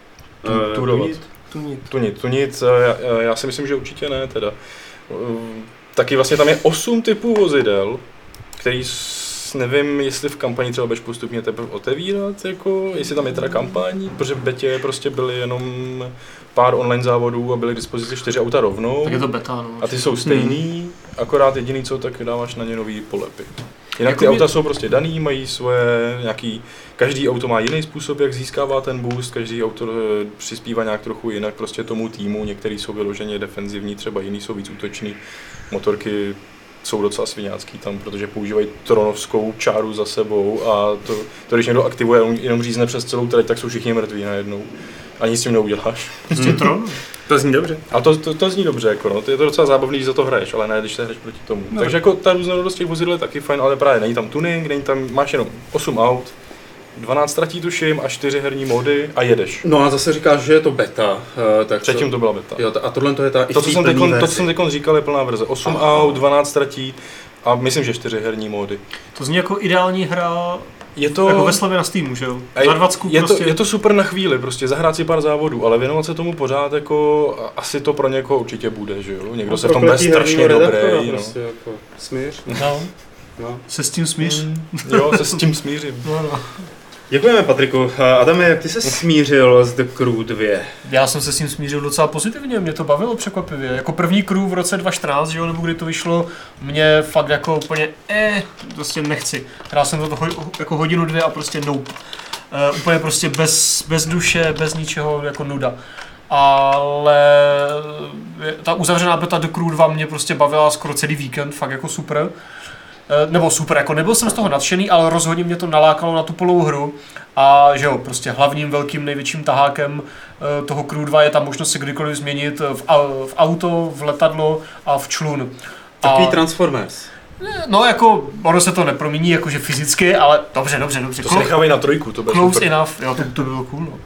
Tunit, já si myslím, že určitě ne teda. Taky vlastně tam je 8 typů vozidel, který nevím, jestli v kampani třeba budeš postupně teprve otevírat, jako, jestli tam je teda kampaň, protože v betě prostě byly jenom pár online závodů a byly k dispozici 4 auta rovnou. Tak je to beta, no. A ty jsou stejný, akorát jediný co, tak dáváš na ně nový polepy. Jinak ty auta jsou prostě daný, mají svoje nějaký, každý auto má jiný způsob, jak získává ten boost, každý auto přispívá nějak trochu jinak prostě tomu týmu, některý jsou vyloženě defenzivní, třeba jiný jsou víc útoční, motorky jsou docela sviňácký tam, protože používají tronovskou čáru za sebou a to když někdo aktivuje jenom řízne přes celou trať, tak jsou všichni mrtví najednou. Ani s tím neuděláš. Prostě tron? To zní dobře. A to zní dobře, jako no. To je to docela zábavný, když za to hraješ, ale ne, když se hraješ proti tomu. No. Takže jako ta různorodost těch vozidel je taky fajn, ale právě není tam tuning, máš jenom 8 aut, 12 tratí tuším a 4 herní módy a jedeš. No a zase říkáš, že je to beta. Tak předtím to byla beta. Jo, a tohle to je ta to, co jsem teď říkal, je plná verze. 8 aut, 12 tratí a myslím, že 4 herní módy. To zní jako ideální hra. Je to jako ve slevě na Steamu, že jo? Za 20 prostě. Je to super na chvíli, prostě zahrát si pár závodů, ale věnovat se tomu pořád, jako asi to pro někoho určitě bude, že jo? Někdo se v tom bude strašně dobrý. Prostě jako smíř. No. Se s tím smíř? Jo, se s tím smířím. No. Děkujeme, Patriku. Adame, jak ty se smířil s The Crew 2? Já jsem se s tím smířil docela pozitivně, mě to bavilo překvapivě. Jako první Crew v roce 2014, že jo, nebo kdy to vyšlo, mě fakt jako úplně prostě nechci. Hrál jsem to jako hodinu 2 a prostě nope. Úplně prostě bez duše, bez ničeho, jako nuda. Ale ta uzavřená beta The Crew 2 mě prostě bavila skoro celý víkend, fakt jako super. nebo super, jako nebyl jsem z toho nadšený, ale rozhodně mě to nalákalo na tu plnou hru a že jo, prostě hlavním velkým největším tahákem toho Crew 2 je ta možnost se kdykoliv změnit v auto, v letadlo a v člun. Takový Transformers. No jako, ono se to nepromění jakože fyzicky, ale dobře. To se nechávají na trojku, to bude close super. Enough, jo, to by bylo cool, no.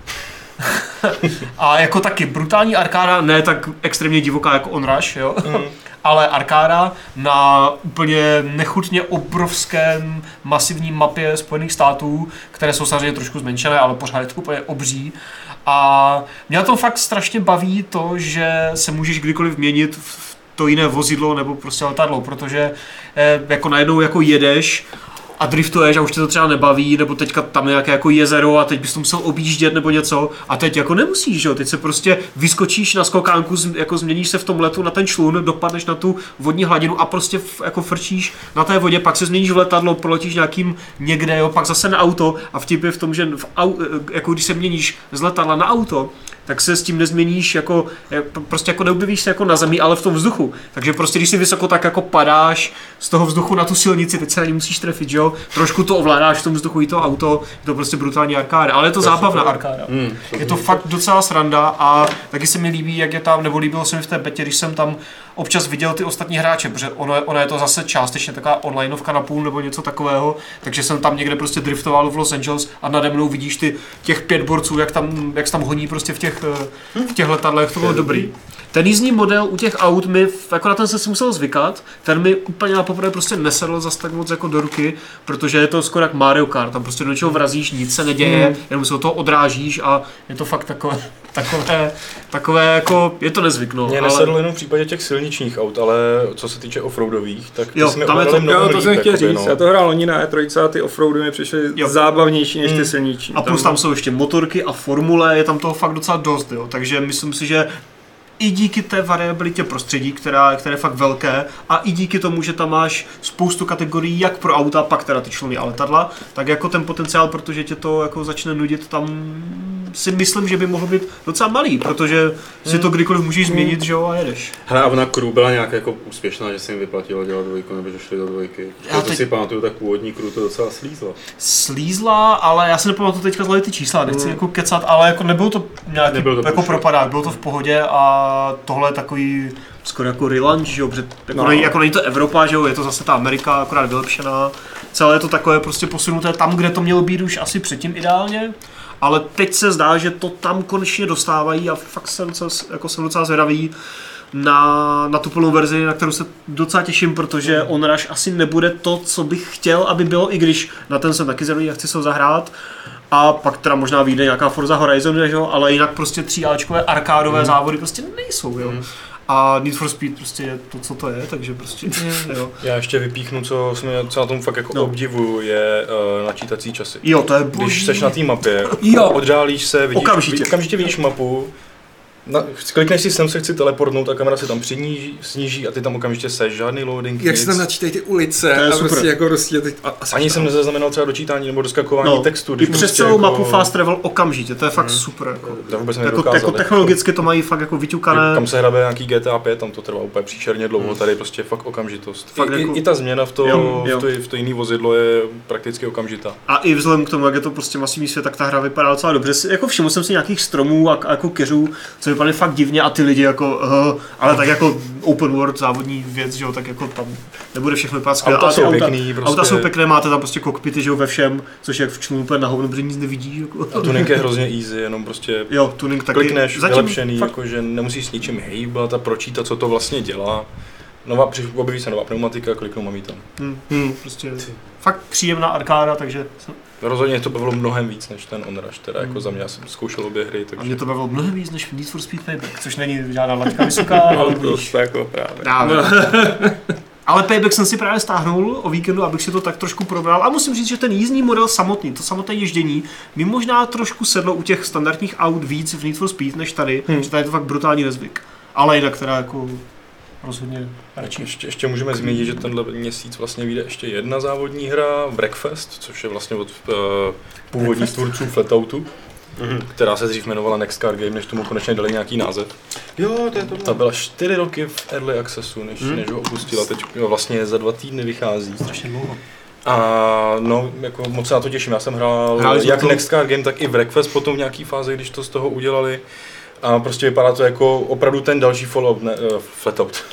A jako taky brutální arkáda, ne tak extrémně divoká jako Onrush, jo, ale arkáda na úplně nechutně obrovském masivním mapě Spojených států, které jsou samozřejmě trošku zmenšené, ale pořád je to úplně obří. A mě na tom fakt strašně baví to, že se můžeš kdykoliv měnit v to jiné vozidlo nebo prostě letadlo, protože jako najednou jako jedeš a driftuješ a už tě to třeba nebaví, nebo teďka tam je nějaké jako jezero a teď bys to musel objíždět nebo něco a teď jako nemusíš, jo, teď se prostě vyskočíš na skokánku, jako změníš se v tom letu na ten člun, dopadneš na tu vodní hladinu a prostě jako frčíš na té vodě, pak se změníš v letadlo, proletíš nějakým někde, jo, pak zase na auto a vtip je v tom, že jako když se měníš z letadla na auto, tak se s tím nezměníš, jako, prostě jako neobjevíš se jako na zemi, ale v tom vzduchu. Takže prostě když si vysoko, tak jako padáš z toho vzduchu na tu silnici, teď se na ní musíš trefit, jo? Trošku to ovládáš v tom vzduchu i to auto, je to prostě brutální arkáda, ale je to zábavná arkáda. Je to fakt docela sranda a taky se mi líbí, jak je tam, nebo líbilo se mi v té betě, když jsem tam občas viděl ty ostatní hráče, protože ona je to zase částečně taková onlineovka na půl nebo něco takového, takže jsem tam někde prostě driftoval v Los Angeles a nade mnou vidíš těch 5 borců, jak tam honí prostě v těch letadlech, to bylo dobrý. Ten jízdní model u těch aut jako na ten jsem si musel zvykat, ten mi úplně napoprvé prostě nesedl zas tak moc jako do ruky, protože je to skoro jak Mario Kart, tam prostě do něčeho vrazíš, nic se neděje, jenom se od toho odrážíš a je to fakt takové jako, je to nezvyk, no. Mně nesedl jenom v případě těch silničních aut, ale co se týče offroadových, tak jo, jsme tam je to jsem chtěl říct, já to hrál loni na E3 a ty offroady mi přišly zábavnější než ty silniční. A plus tam jsou ještě motorky a formule, je tam toho fakt docela dost, jo, takže myslím si, že i díky té variabilitě prostředí, které je fakt velké, a i díky tomu, že tam máš spoustu kategorií jak pro auta, pak teda ty čluny a letadla, tak jako ten potenciál, protože tě to jako začne nudit, tam si myslím, že by mohl být docela malý, protože si to kdykoliv můžeš změnit, že jo, a jedeš. Hele, a ona Crew byla nějak jako úspěšná, že se jim vyplatilo dělat dvojku, nebo že šli do dvojky. Já teď si pamatuju, tak původní Crew to docela slízla. Slízla, ale já si nepamatuju teďka zlevit ty čísla, nechci jako kecat, ale jako nebylo to nějaký jako propadák, bylo to v pohodě a tohle je takový skoro jako relaunch, že jo, jako není to Evropa, že jo, je to zase ta Amerika akorát vylepšená, celé je to takové prostě posunuté tam, kde to mělo být už asi předtím ideálně, ale teď se zdá, že to tam konečně dostávají a fakt jsem docela zvědavý na tu plnou verzi, na kterou se docela těším, protože Onrush asi nebude to, co bych chtěl, aby bylo, i když na ten jsem taky zvědavý a chci se ho zahrát. A pak teda možná vyjde nějaká Forza Horizon, že jo, ale jinak prostě 3Ačkové arkádové závody prostě nejsou, jo. A Need for Speed prostě je to, co to je, takže prostě jo. Já ještě vypíchnu, co na tom fakt jako obdivuju, je načítací časy. Jo, to je boží. Když seš na té mapě, jo. oddálíš se, okamžitě vidíš jo. mapu, klikneš si sem, se chci teleportnout a kamera se tam sníží a ty tam okamžitě seš, žádný loading, jak se tam načítají ty ulice a super. prostě jako ani jsem nezaznamenal třeba dočítání nebo doskakování textu. I přes celou mapu Fast Travel okamžitě, to je fakt super. Jako technologicky to mají fakt jako vyťukané. Tam se hrabe nějaký GTA 5, tam to trvá úplně příšerně dlouho, tady prostě fakt okamžitost. Fakt I ta změna v to jiný vozidlo je prakticky okamžitá. A i vzhledem k tomu, jak je to prostě masivní svět, tak ta hra vypadá docela dobře. Jako všiml jsem si nějakých stromů a jako keřů, co vypadaly fakt divně a ty lidi jako, ale tak jako open world závodní věc, že jo, tak jako tam nebude všechno vypadat skvěle. Auta jsou pěkné, máte tam prostě kokpity, že jo, ve všem, což je jak v člunu úplně na hovno, protože nic nevidíš. Jako. A tuning je hrozně easy, jenom prostě tuning taky. Klikneš, vylepšený, jakože nemusíš s ničím hejbat a pročítat, co to vlastně dělá. Objeví se nová pneumatika, kliknu, mám jí tam. Prostě fakt příjemná arkáda, takže... Rozhodně to bavilo mnohem víc než ten Onrush, teda jako za mě, já jsem zkoušel obě hry, takže... A mě to bavilo mnohem víc než Need for Speed Payback, což není žádná laťka vysoká, ale to jako právě. Ale Payback jsem si právě stáhnul o víkendu, abych si to tak trošku probral a musím říct, že ten jízdní model samotný, to samotné ježdění, mi možná trošku sedlo u těch standardních aut víc v Need for Speed než tady, že tady je to fakt brutální nezvyk. Ale jinak teda jako... rozhodně radši. Ještě můžeme zmínit, že tenhle měsíc vlastně vyjde ještě jedna závodní hra, Breakfast, což je vlastně od původních tvůrců Flatoutu. která se dřív jmenovala Next Car Game, než tomu konečně dali nějaký název. Jo, to je to. Ta byla 4 roky v Early Accessu, než ho opustila, teď vlastně za 2 týdny vychází. Strašně dlouho. A no, jako moc se na to těším, já jsem hrál jak to... Next Car Game, tak i Breakfast potom v nějaký fázi, když to z toho udělali. A prostě vypadá to jako opravdu ten další Fallout, ne, Flatout.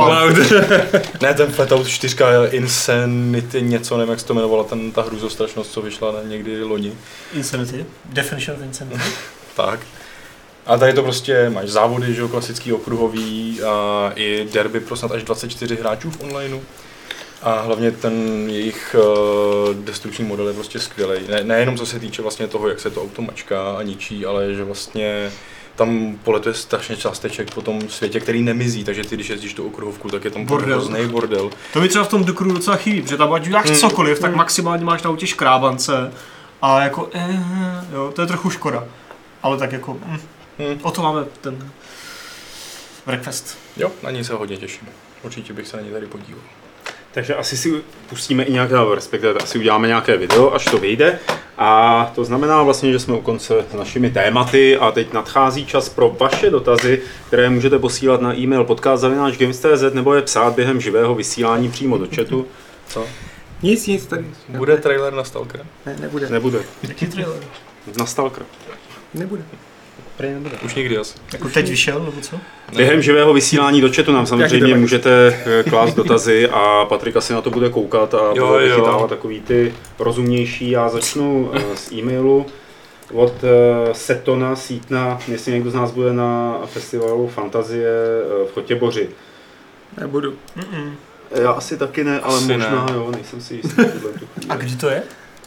Ten Flatout 4 Insanity, něco, nevím jak se to jmenovala, ta hrůzostrašnost, co vyšla někdy loni. Insanity? Definition of Insanity? Tak. A tady to prostě máš závody, že jo, klasický okruhový a i derby pro snad až 24 hráčů v onlineu. A hlavně ten jejich destrukční model je prostě skvělý. Nejenom co se týče vlastně toho, jak se to auto mačká a ničí, ale že vlastně tam poletuje strašně částeček po tom světě, který nemizí, takže ty, když jezdíš tu okruhovku, tak je tam hrozný bordel. To mi třeba v tom Dukru docela chybí, protože tam ať uděláš cokoliv, tak maximálně máš na autě škrábance a jako jo, to je trochu škoda. Ale tak jako, o to máme ten Breakfast. Jo, na něj se hodně těším. Určitě bych se na něj tady podíval. Takže asi si pustíme i nějaké, respektive asi uděláme nějaké video, až to vyjde. A to znamená vlastně, že jsme u konce s našimi tématy a teď nadchází čas pro vaše dotazy, které můžete posílat na e-mail podcast@games.cz nebo je psát během živého vysílání přímo do chatu. Co? Nic tady. Bude trailer na Stalkera? Ne, nebude. Nebude. Jaký trailer? Na Stalker. Nebude. Nebude. Už nikdy asi. Jako teď vyšel, nebo co? Během živého vysílání do chatu nám samozřejmě můžete klást dotazy a Patrik asi na to bude koukat a bude chytávat takový ty rozumnější. Já začnu z e-mailu od Setona Sítna, jestli někdo z nás bude na festivalu Fantazie v Chotěboři. Nebudu. Já asi taky ne, ale asi možná ne. Jo, nejsem si jistý. A kdy to je?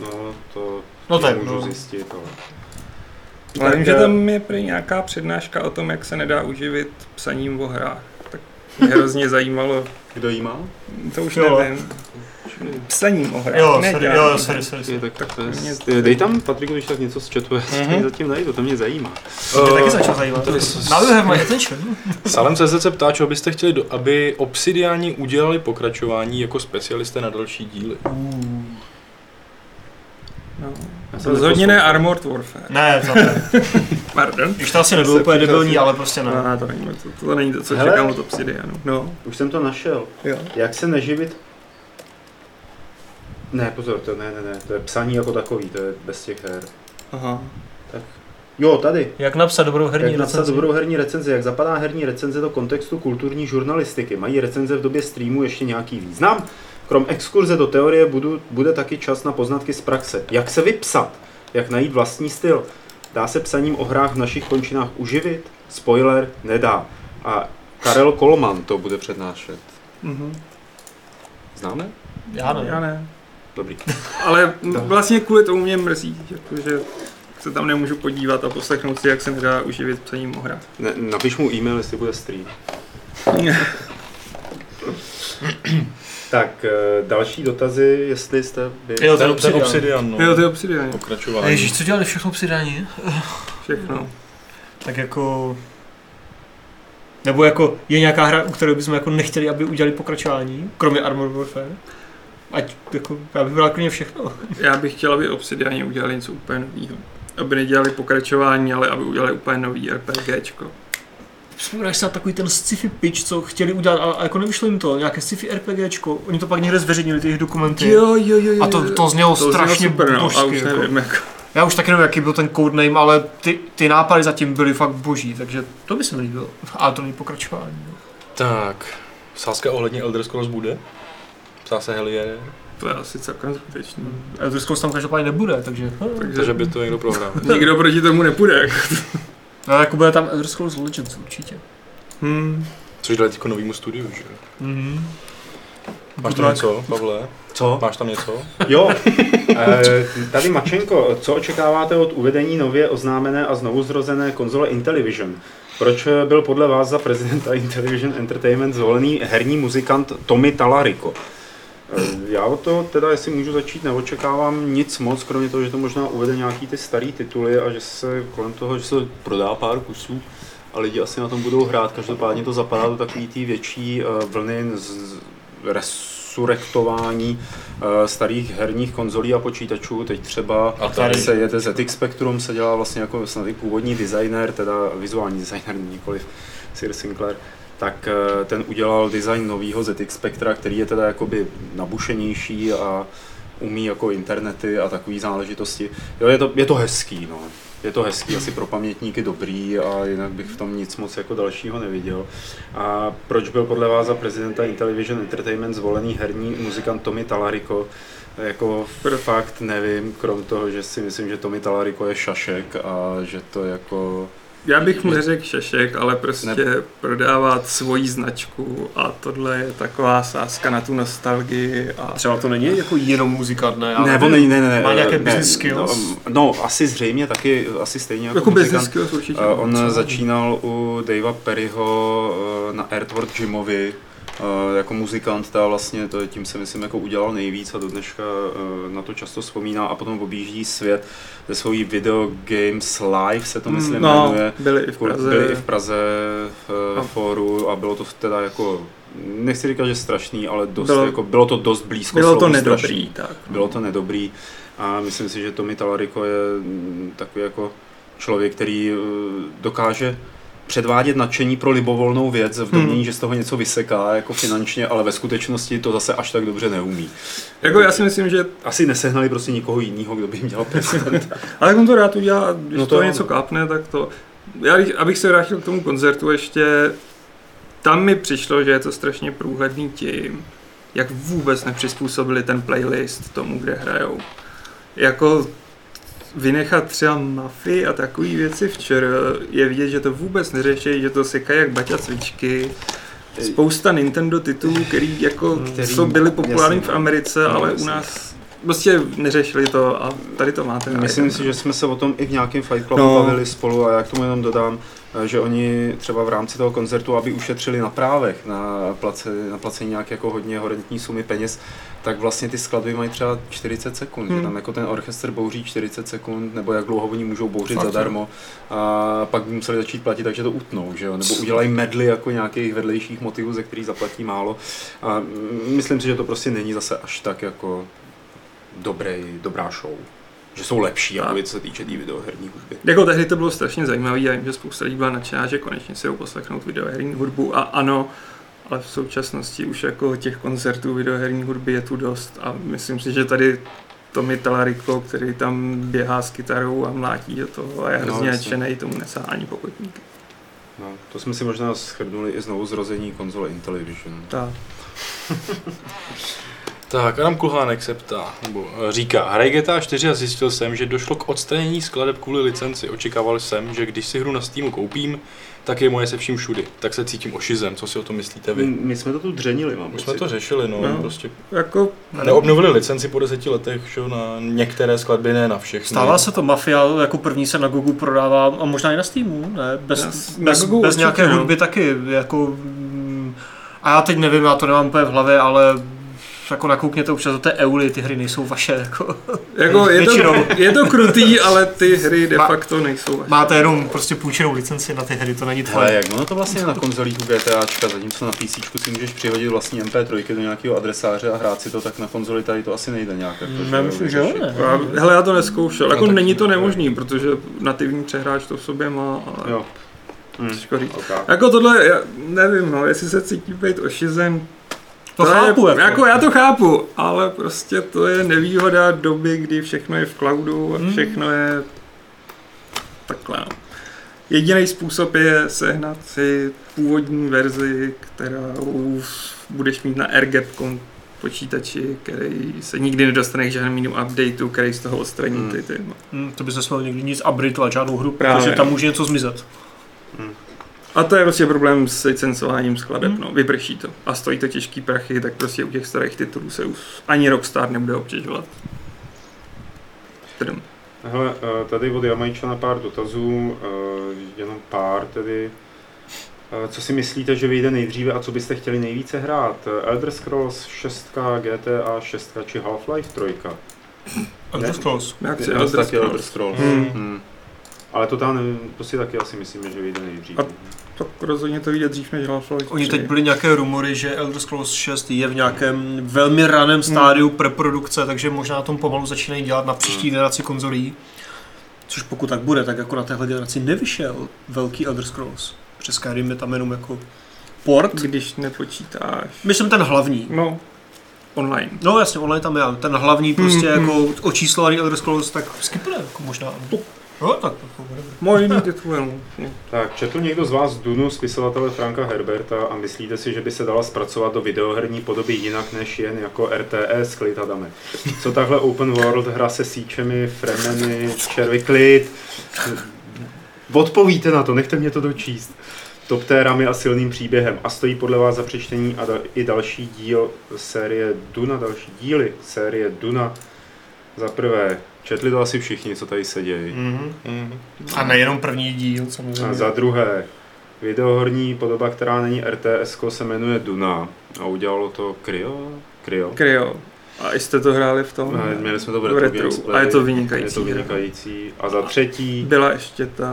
No to můžu zjistit. Ale vím, že tam je prý nějaká přednáška o tom, jak se nedá uživit psaním o hrách. Tak mě hrozně zajímalo. Kdo jí má? To už nevím. Psaním o hrách. Jo, sorry. Dej tam, Patriku, když tak něco z chatu, já zatím najdu, to mě zajímá. Mě taky začal zajímat. Now you have my attention. Salem.cz se ptá, čeho byste chtěli, aby Obsidiani udělali pokračování jako specialisté na další díly. No. Rozhodně ne Armored Warfare. Ne, to ne. Pardon. Už to asi nebylo úplně debilní, ale prostě ne. No, to není to, co čekám od Obsidianu. No. Už jsem to našel. Jo. Jak se neživit? Ne, pozor, to je psaní jako takový, to je bez těch her. Aha. Tak. Jo, tady. Jak napsat dobrou herní recenzi? Jak zapadá herní recenze do kontextu kulturní žurnalistiky? Mají recenze v době streamu ještě nějaký význam? Krom exkurze do teorie bude taky čas na poznatky z praxe. Jak se vypsat? Jak najít vlastní styl? Dá se psaním o hrách v našich končinách uživit? Spoiler, nedá. A Karel Kolman to bude přednášet. Známe? Já ne. Dobrý. Ale vlastně kvůli tomu mě mrzí, že se tam nemůžu podívat a poslechnout si, jak se nedá uživit psaním o hrách. Napiš mu e-mail, jestli bude stream. Tak, další dotazy, jestli jste byli... Jo, ten Obsidian. Jo, to je Obsidian. Pokračování. Ježíš, co dělali všechno Obsidiani? Všechno. Tak jako... Nebo jako je nějaká hra, u které bychom jako nechtěli, aby udělali pokračování, kromě Armored Warfare? Ať jako, já bych bral klidně všechno. Já bych chtěl, aby Obsidiani udělali něco úplně nového. Aby nedělali pokračování, ale aby udělali úplně nový RPGčko. Vzpomínáš se na takový ten sci-fi pitch, co chtěli udělat, a jako nevyšlo jim to, nějaké sci-fi RPGčko, oni to pak někde zveřejnili, ty jejich dokumenty. Jo. A to znělo strašně božsky. A už nevím, jako. Já už taky nevím, jaký byl ten codename, ale ty nápady zatím byly fakt boží, takže to by se mi líbilo. Ale to není pokračování. Jo. Tak, sázka ohledně Elder Scrolls bude? Ptá se Helier. To je asi celkem zbytečný. Elder Scrolls tam každopádně nebude, takže by to někdo prohrál. Nikdo proti tomu nepůjde. No, jako bude tam Elder Scrolls Legends určitě. Což dělají jako novýmu studiu, že? Máš tam Tak. něco, Pavle? Co? Máš tam něco? Jo, tady Mačenko, co očekáváte od uvedení nově oznámené a znovuzrozené konzole Intellivision? Proč byl podle vás za prezidenta Intellivision Entertainment zvolený herní muzikant Tommy Tallarico? Já od toho teda, jestli můžu začít, neočekávám nic moc, kromě toho, že to možná uvede nějaký ty starý tituly a že se kolem toho, že se prodá pár kusů a lidi asi na tom budou hrát. Každopádně to zapadá do takový té větší vlny resurrektování starých herních konzolí a počítačů. Teď třeba se jede ZX Spectrum, se dělá vlastně jako snad i původní designer, teda vizuální designer, nikoliv Sir Sinclair, tak ten udělal design nového ZX Spectra, který je teda jakoby nabušenější a umí jako internety a takové záležitosti. Jo, je to hezký, no. Je to hezký, asi pro pamětníky dobrý a jinak bych v tom nic moc jako dalšího neviděl. A proč byl podle vás za prezidenta Intellivision Entertainment zvolený herní muzikant Tommy Tallarico? Jako fakt nevím, krom toho, že si myslím, že Tommy Tallarico je šašek a že to jako... Já bych mu neřekl šašek, ale prostě prodávat svoji značku a tohle je taková sázka na tu nostalgii. A třeba to není jako jenom muzikant, ne? Ne. Má nějaké business skills? No, asi zřejmě taky, asi stejně jako business skills určitě. On začínal u Davea Perryho na Earthworm Jimovi jako muzikant, vlastně tím se myslím jako udělal nejvíc a do dneška na to často vzpomíná a potom objíždí svět ze svojí Video Games Live se to myslím jmenuje. Byli i v Praze v fóru a bylo to teda jako, nechci říkat, že strašný, ale dost, bylo to dost blízko. Bylo to nedobrý, tak. Bylo to nedobrý a myslím si, že Tommy Tallarico je takový jako člověk, který dokáže předvádět nadšení pro libovolnou věc v domnění, že z toho něco vyseká jako finančně, ale ve skutečnosti to zase až tak dobře neumí. Jako já si myslím, že... Asi nesehnali prostě nikoho jiného, kdo by jim dělal prezidenta. Ale jak on to rád udělá, když to něco kápne, tak to... Abych se vrátil k tomu koncertu ještě, tam mi přišlo, že je to strašně průhledný tím, jak vůbec nepřizpůsobili ten playlist tomu, kde hrajou. Jako... Vynechat třeba Mafii a takové věci včera je vidět, že to vůbec neřeší, že to sekají jak baťa cvičky. Spousta Nintendo titulů, který byly populární v Americe, ale u nás prostě neřešili to a tady to máte. Myslím si, že jsme se o tom i v nějakém Fight Clubu bavili spolu a já k tomu jenom dodám, že oni třeba v rámci toho koncertu, aby ušetřili na právech, na placení nějaké jako hodně horentní sumy peněz, tak vlastně ty skladby mají třeba 40 sekund, že tam jako ten orchestr bouří 40 sekund, nebo jak dlouho oni můžou bouřit zadarmo a pak by museli začít platit, takže to utnou, že jo, nebo udělají medley jako nějakých vedlejších motivů, ze kterých zaplatí málo a myslím si, že to prostě není zase až tak jako dobrá show. Že jsou lepší, jako co se týče té videoherní hudby. Jako tehdy to bylo strašně zajímavé, já vím, že spousta lidí byla nadšená, že konečně si jdou poslechnout videoherní hudbu a ano, ale v současnosti už jako těch koncertů videoherní hudby je tu dost a myslím si, že tady Tommy Tallarico, který tam běhá s kytarou a mlátí do toho a je hrozně nadšenej, tomu nesá ani pokotníky. No, to jsme si možná shrnuli i znovu zrození konzole Intellivision. Tak. Tak, Adam Kulhánek se ptá, nebo říká, hraji GTA 4 a zjistil jsem, že došlo k odstranění skladeb kvůli licenci. Očekával jsem, že když si hru na Steamu koupím, tak je moje se vším všudy. Tak se cítím ošizen. Co si o tom myslíte vy? My jsme to tu dřenili, mám pocit. Jsme to řešili, prostě jako neobnovili licenci po 10 letech, že na některé skladby, ne na všechny. Stává se to, Mafia jako první se na Gogu prodává a možná i na Steamu, ne? Bez nějaké hudby taky, jako... A já teď nevím, já to nemám úplně v hlavě, ale jako nakoukněte občas do té Euly, ty hry nejsou vaše, jako je to krutý, ale ty hry de facto nejsou vaše. Máte jenom prostě půjčenou licenci na ty hry, to není tvoje. Jak ono to vlastně na konzolích u GTAčka, zatímco na PCčku si můžeš přihodit vlastní MP3 do nějakého adresáře a hrát si to, tak na konzoli tady to asi nejde nějak. Nemyslím, že jo? Hele, já to nezkoušel, jako není to nemožný, protože nativní přehráč to v sobě má, ale... Jo. Okay. Jako tohle, já nevím, jestli se cítí být ošizen, to chápu, jako já to chápu, ale prostě to je nevýhoda doby, kdy všechno je v cloudu a všechno je takhle. Jediný způsob je sehnat si původní verzi, kterou budeš mít na AirGap počítači, který se nikdy nedostane k žádnému updateu, který z toho odstraní ty téma. To by se směl nikdy nic updateovat žádnou hru, protože tam může něco zmizet. A to je prostě problém s licencováním skladeb, vyprší to. A stojí to těžký prachy, tak prostě u těch starých titulů se už ani Rockstar nebude obtěžovat. Hele, tady od Jamajčana pár dotazů, jenom pár tedy. Co si myslíte, že vyjde nejdříve a co byste chtěli nejvíce hrát? Elder Scrolls 6, GTA 6 či Half-Life 3? Elder Scrolls. Elder Scrolls. Ale to tam, to si taky asi myslíme, že vyjde nejdřív. Tak rozhodně to vyjde dřív než Half-Life 3. Oni teď byly nějaké rumory, že Elder Scrolls 6 je v nějakém velmi raném stádiu preprodukce, takže možná na tom pomalu začínají dělat na příští generaci konzolí. Což pokud tak bude, tak jako na téhle generaci nevyšel velký Elder Scrolls. Přes Skyrim je tam jenom jako port. Když nepočítáš. Myslím ten hlavní. No, online. No jasně, online tam je, ten hlavní prostě jako očíslovaný Elder Scrolls, tak skipne jako možná. No tak Moje jiný titul. Tak, četl někdo z vás Dunu spisovatele Franka Herberta a myslíte si, že by se dala zpracovat do videoherní podoby jinak než jen jako RTS, klid Adame? Co takhle open world, hra se síčemi, fremeny, červy, klid? Odpovíte na to, nechte mě to dočíst. Toptérami a silným příběhem. A stojí podle vás za přečtení i další díl série Duna, další díly série Duna. Za prvé, četli to asi všichni, co tady sedějí. A nejenom první díl, samozřejmě. A za druhé, videoherní podoba, která není RTS, se jmenuje Duna. A udělalo to Cryo. A jste to hráli v tom? Měli jsme to v retro. A je to vynikající. Je to vynikající. A za třetí... Byla ještě ta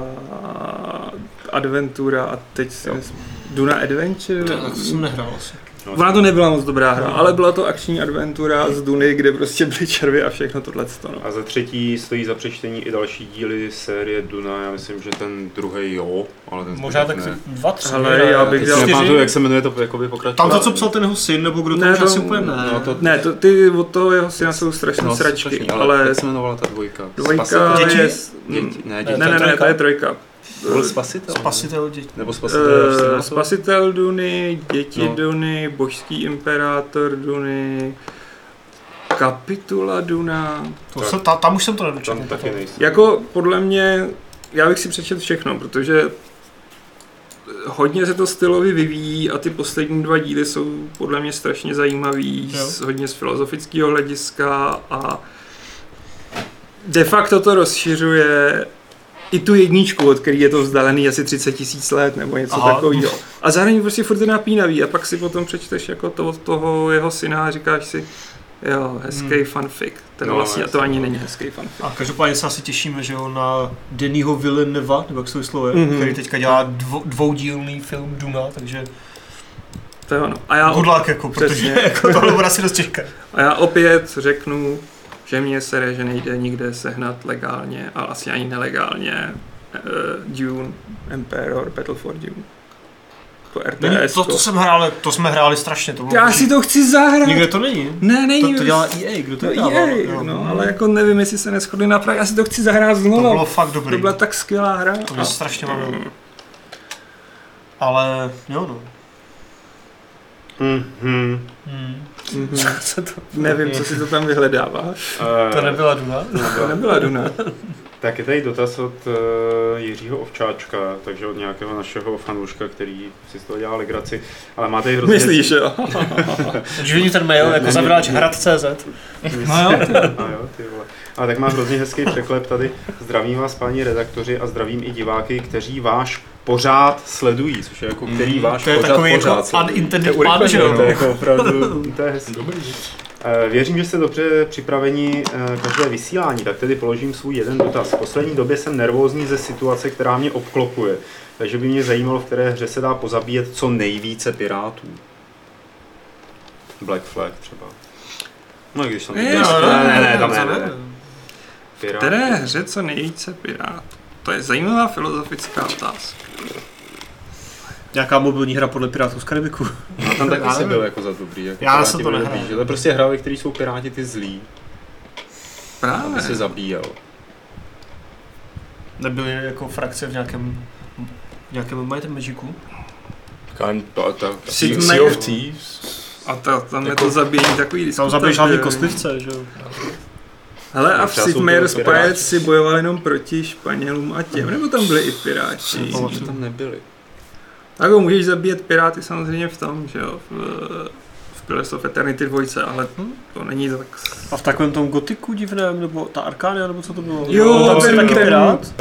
adventura a teď si myslím... Duna Adventure? To jsem nehrál asi. Ona to nebyla moc dobrá hra, ale byla to akční adventura z Duny, kde prostě byly červy a všechno tohleto. No. A za třetí stojí za přečtení i další díly série Duna. Já myslím, že ten druhý jo, ale ten možná tak 2, 3. Ale já bych dělal... Nepamatuju, jak se jmenuje to jakoby pokračovat. Tam to, co psal ten jeho syn, nebo kdo to už asi úplně ne. No, to... Ne, ty od toho jeho syna jsou strašné sračky, ale... Jak se jmenovala ta dvojka? Dvojka je... Ne, to je trojka. Byl Spasitel. Spasitel dětí. Nebo Spasitel. Spasitel Duny, Děti Duny, Božský imperátor Duny, Kapitula Duna. Tam už jsem to nedočetl. Tam taky nejsem. Jako podle mě, já bych si přečetl všechno, protože hodně se to stylově vyvíjí a ty poslední 2 díly jsou podle mě strašně zajímavý, hodně z filozofického hlediska a de facto to rozšiřuje i tu jedničku, od který je to vzdálený asi 30 000 let nebo něco takového. A zároveň prostě furt je napínavý a pak si potom přečteš jako to od toho jeho syna a říkáš si, jo, hezký fanfic. Ten vlastně to ani není hezký fanfic. A každopádně se asi těšíme, že jo, na Denisho Villeneuva, nebo jak se to vyslovuje, který teďka dělá dvoudílný film Duna, takže to je ono. A já good luck, jako, protože jako tohle bude asi dost těžké. A já opět řeknu, že mě sere, že nejde nikde sehnat legálně, ale asi ani nelegálně Dune, Emperor, Battle for Dune. To RTS. To jsme hráli strašně. To já si to chci zahrát. Nikde to není. Ne, není. To dělá EA, kdo to dělá? No, ale jako nevím, jestli se neshodli na právě. Já si to chci zahrát znovu. To bylo fakt dobrý. To byla tak skvělá hra. To mě strašně bavilo. Ale jo no. Nevím, co si to tam vyhledáváš. To nebyla Duna? To nebyla Duna. Tak je tady dotaz od Jiřího Ovčáčka, takže od nějakého našeho fanouška, který si z toho dělá legraci, ale máte i hrozně... Myslíš, jo? Takže vidím ten mail jako zavináč hrad.cz. No jo, ty vole. A tak má hrozně hezký překlep tady. Zdravím vás, páni redaktoři, a zdravím i diváky, kteří váš pořád sledují, což je jako který váš pořád takový pořád jako unintended pun, že jo? To je jako opravdu, to je hezký. Věřím, že jste dobře připraveni každé vysílání, tak tedy položím svůj jeden dotaz. V poslední době jsem nervózní ze situace, která mě obklopuje, takže by mě zajímalo, v které hře se dá pozabíjet co nejvíce pirátů. Black Flag třeba. No i když jsem... Ne, tam ne. V které hře co nejvíce pirátů? To je zajímavá filozofická otázka. Nějaká mobilní hra podle Pirátů z Karibiku. A tam taky si byl jako za dobrý. Jako já jsem to nehrál. To je prostě hra, ve který jsou piráti ty zlí. Právě. Aby se zabíjel. Nebyly jako frakce v nějakém Might and Magicu? Sea of Thieves. A tam je to zabíjení takový... Tam zabiješ hlavně kostlivce, že jo? Hele, a v Sid Meier's Pirates si bojoval jenom proti Španělům a těm, nebo tam byli i piráti? Myslím, že tam nebyli. Tak můžeš zabíjet piráty samozřejmě v tom, že jo, v Pillars of Eternity 2, ale to není tak... A v takovém tom gotiku divném, nebo ta Arkánia, nebo co to bylo? Jo, tam si taky pirát?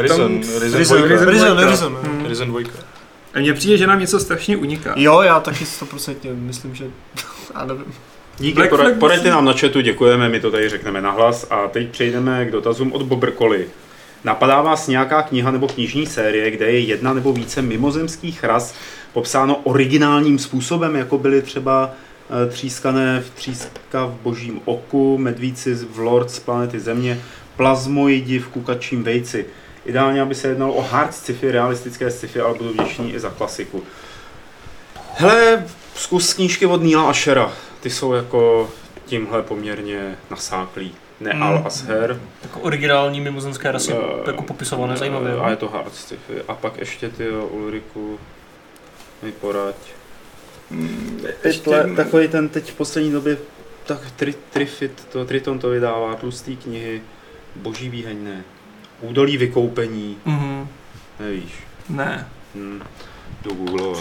Risen 2. A mně přijde, že nám něco strašně uniká. Jo, já taky 100% myslím, že... Já nevím. Díky, poraďte nám na chatu, děkujeme, my to tady řekneme nahlas a teď přejdeme k dotazům od Bobrkoli. Napadá vás nějaká kniha nebo knižní série, kde je jedna nebo více mimozemských ras popsáno originálním způsobem, jako byly třeba tříska v božím oku, medvíci v Lord z planety Země, plazmoidi v kukačím vejci. Ideálně, aby se jednalo o hard sci-fi, realistické sci-fi, ale budu vděčný i za klasiku. Hele, zkus knížky od Neila Ashera. Ty jsou jako tímhle poměrně nasáklý. Ne Al-Azher. Jako originální mimozemské rasy, jako popisované zajímavé. A je to hard sci-fi. A pak ještě ty Ulriku, mi poraď. Takový ten teď v poslední době, tak Triton to vydává, tlustý knihy, Boží výheň, ne. Údolí vykoupení, nevíš. Ne. Do Google.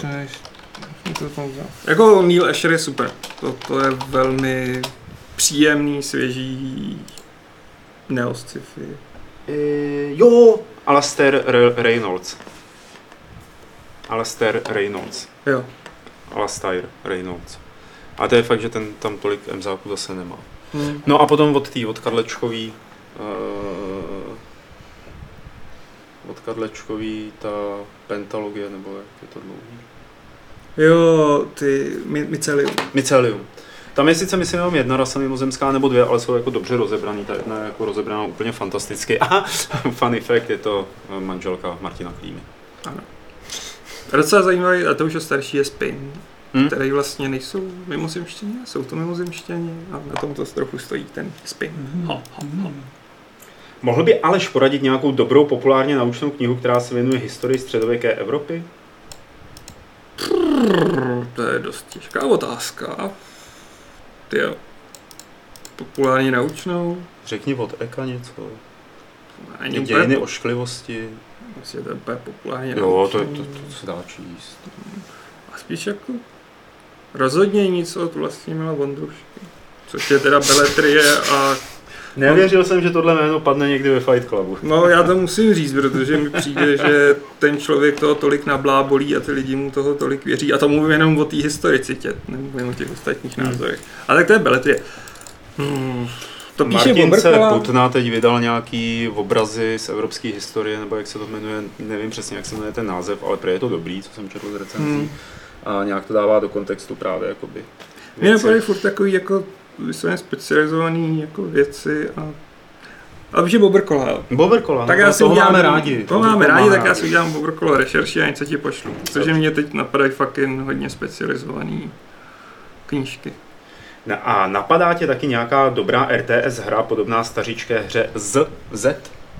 Jako Neil Asher je super. To je velmi příjemný, svěží neo-sci-fi. Jo, Alastair Reynolds. Jo. Alastair Reynolds. A to je fakt, že ten tam tolik emzáků zase nemá. No a potom od Kadlečkový ta pentalogie, nebo jak je to dlouhý? Jo, ty Mycelium. Tam je sice myslím jenom jedna rasa mimozemská nebo dvě, ale jsou jako dobře rozebraný. Ta jedna je jako rozebraná úplně fantasticky. A funny fact, je to manželka Martina Klímy. Ano. Docela zajímavý, a to už je starší, je Spin, který vlastně nejsou mimozemštění, jsou to mimozemštění a na tom to trochu stojí ten Spin. Mohl by Aleš poradit nějakou dobrou populárně naučnou knihu, která se věnuje historii středověké Evropy? To je dost těžká otázka. Tyjo. Populárně naučnou? Řekni od Eka něco. Dějiny ošklivosti. Asi je to úplně populárně naučnou. Jo, to se dá číst. A spíš jako rozhodně nic od Vlastimila Vondrušky. Což je teda beletrie a... Nevěřil jsem, že tohle jméno padne někdy ve Fight Clubu. No já to musím říct, protože mi přijde, že ten člověk toho tolik nablábolí a ty lidi mu toho tolik věří. A to mluvím jenom o té historicitě, nemluvím o těch ostatních názorech. A tak to je beletrie. To píše Martince Putna teď vydal nějaký obrazy z evropské historie, nebo jak se to jmenuje, nevím přesně, jak se jmenuje ten název, ale prý je to dobrý, co jsem četl z recenzí. A nějak to dává do kontextu právě jakoby věci. Mně napadají furt takový jako vysloveně specializovaný jako věci a že Bobrkola. Tak já si udělám rádi. To máme rádi, tak já si udělám Bobrkola rešerši a něco ti pošlu. Protože mě teď napadají fucking hodně specializovaný knížky. A napadá tě taky nějaká dobrá RTS hra podobná staříčké hře Z?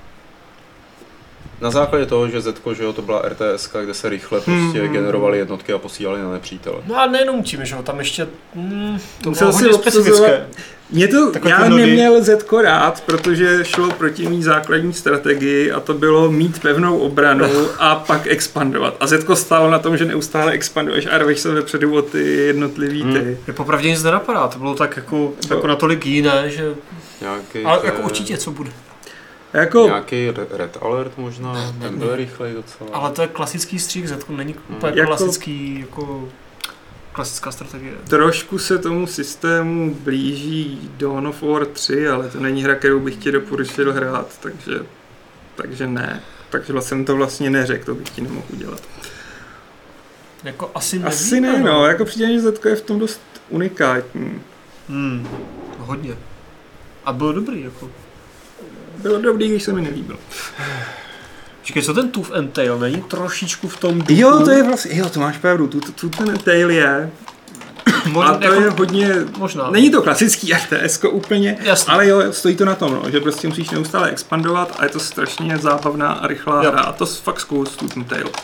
Na základě toho, že Zetko, že jo, to byla RTS, kde se rychle prostě generovaly jednotky a posílali na nepřítele. No a nejenom tím, že jo, tam ještě to bylo hodně specifické. Já neměl Zetko rád, protože šlo proti mý základní strategii a to bylo mít pevnou obranu a pak expandovat. A Zetko stálo na tom, že neustále expanduješ a rveš se vepředu o ty jednotlivý ty. Je popravdě nic nenapadá, to bylo tak jako natolik jiné, že... Ale jako určitě co bude. Jako... Nějaký Red Alert možná, ten byl rychlej docela. Ale to je klasický střík, Zetko není úplně klasický, jako klasická strategie. Trošku se tomu systému blíží Dawn of War 3, ale to není hra, kterou bych ti doporučil hrát, takže ne. Takže jsem to vlastně neřekl, to bych ti nemohl udělat. Jako asi ne, no, jako přijde, že Zetko je v tom dost unikátní. Hodně. A bylo dobrý, jako. Bylo dobrý, když se mi nelíbil. Počkej, co ten Tooth and Tail? Není trošičku v tom duchu? Jo, to je vlastně, to máš pravdu, Tooth and Tail je. A to je hodně, možná. Není to klasický RTS úplně, jasný. Ale jo, stojí to na tom, no, že prostě musíš neustále expandovat a je to strašně zábavná a rychlá hra a to fakt zkus Tooth and Tail.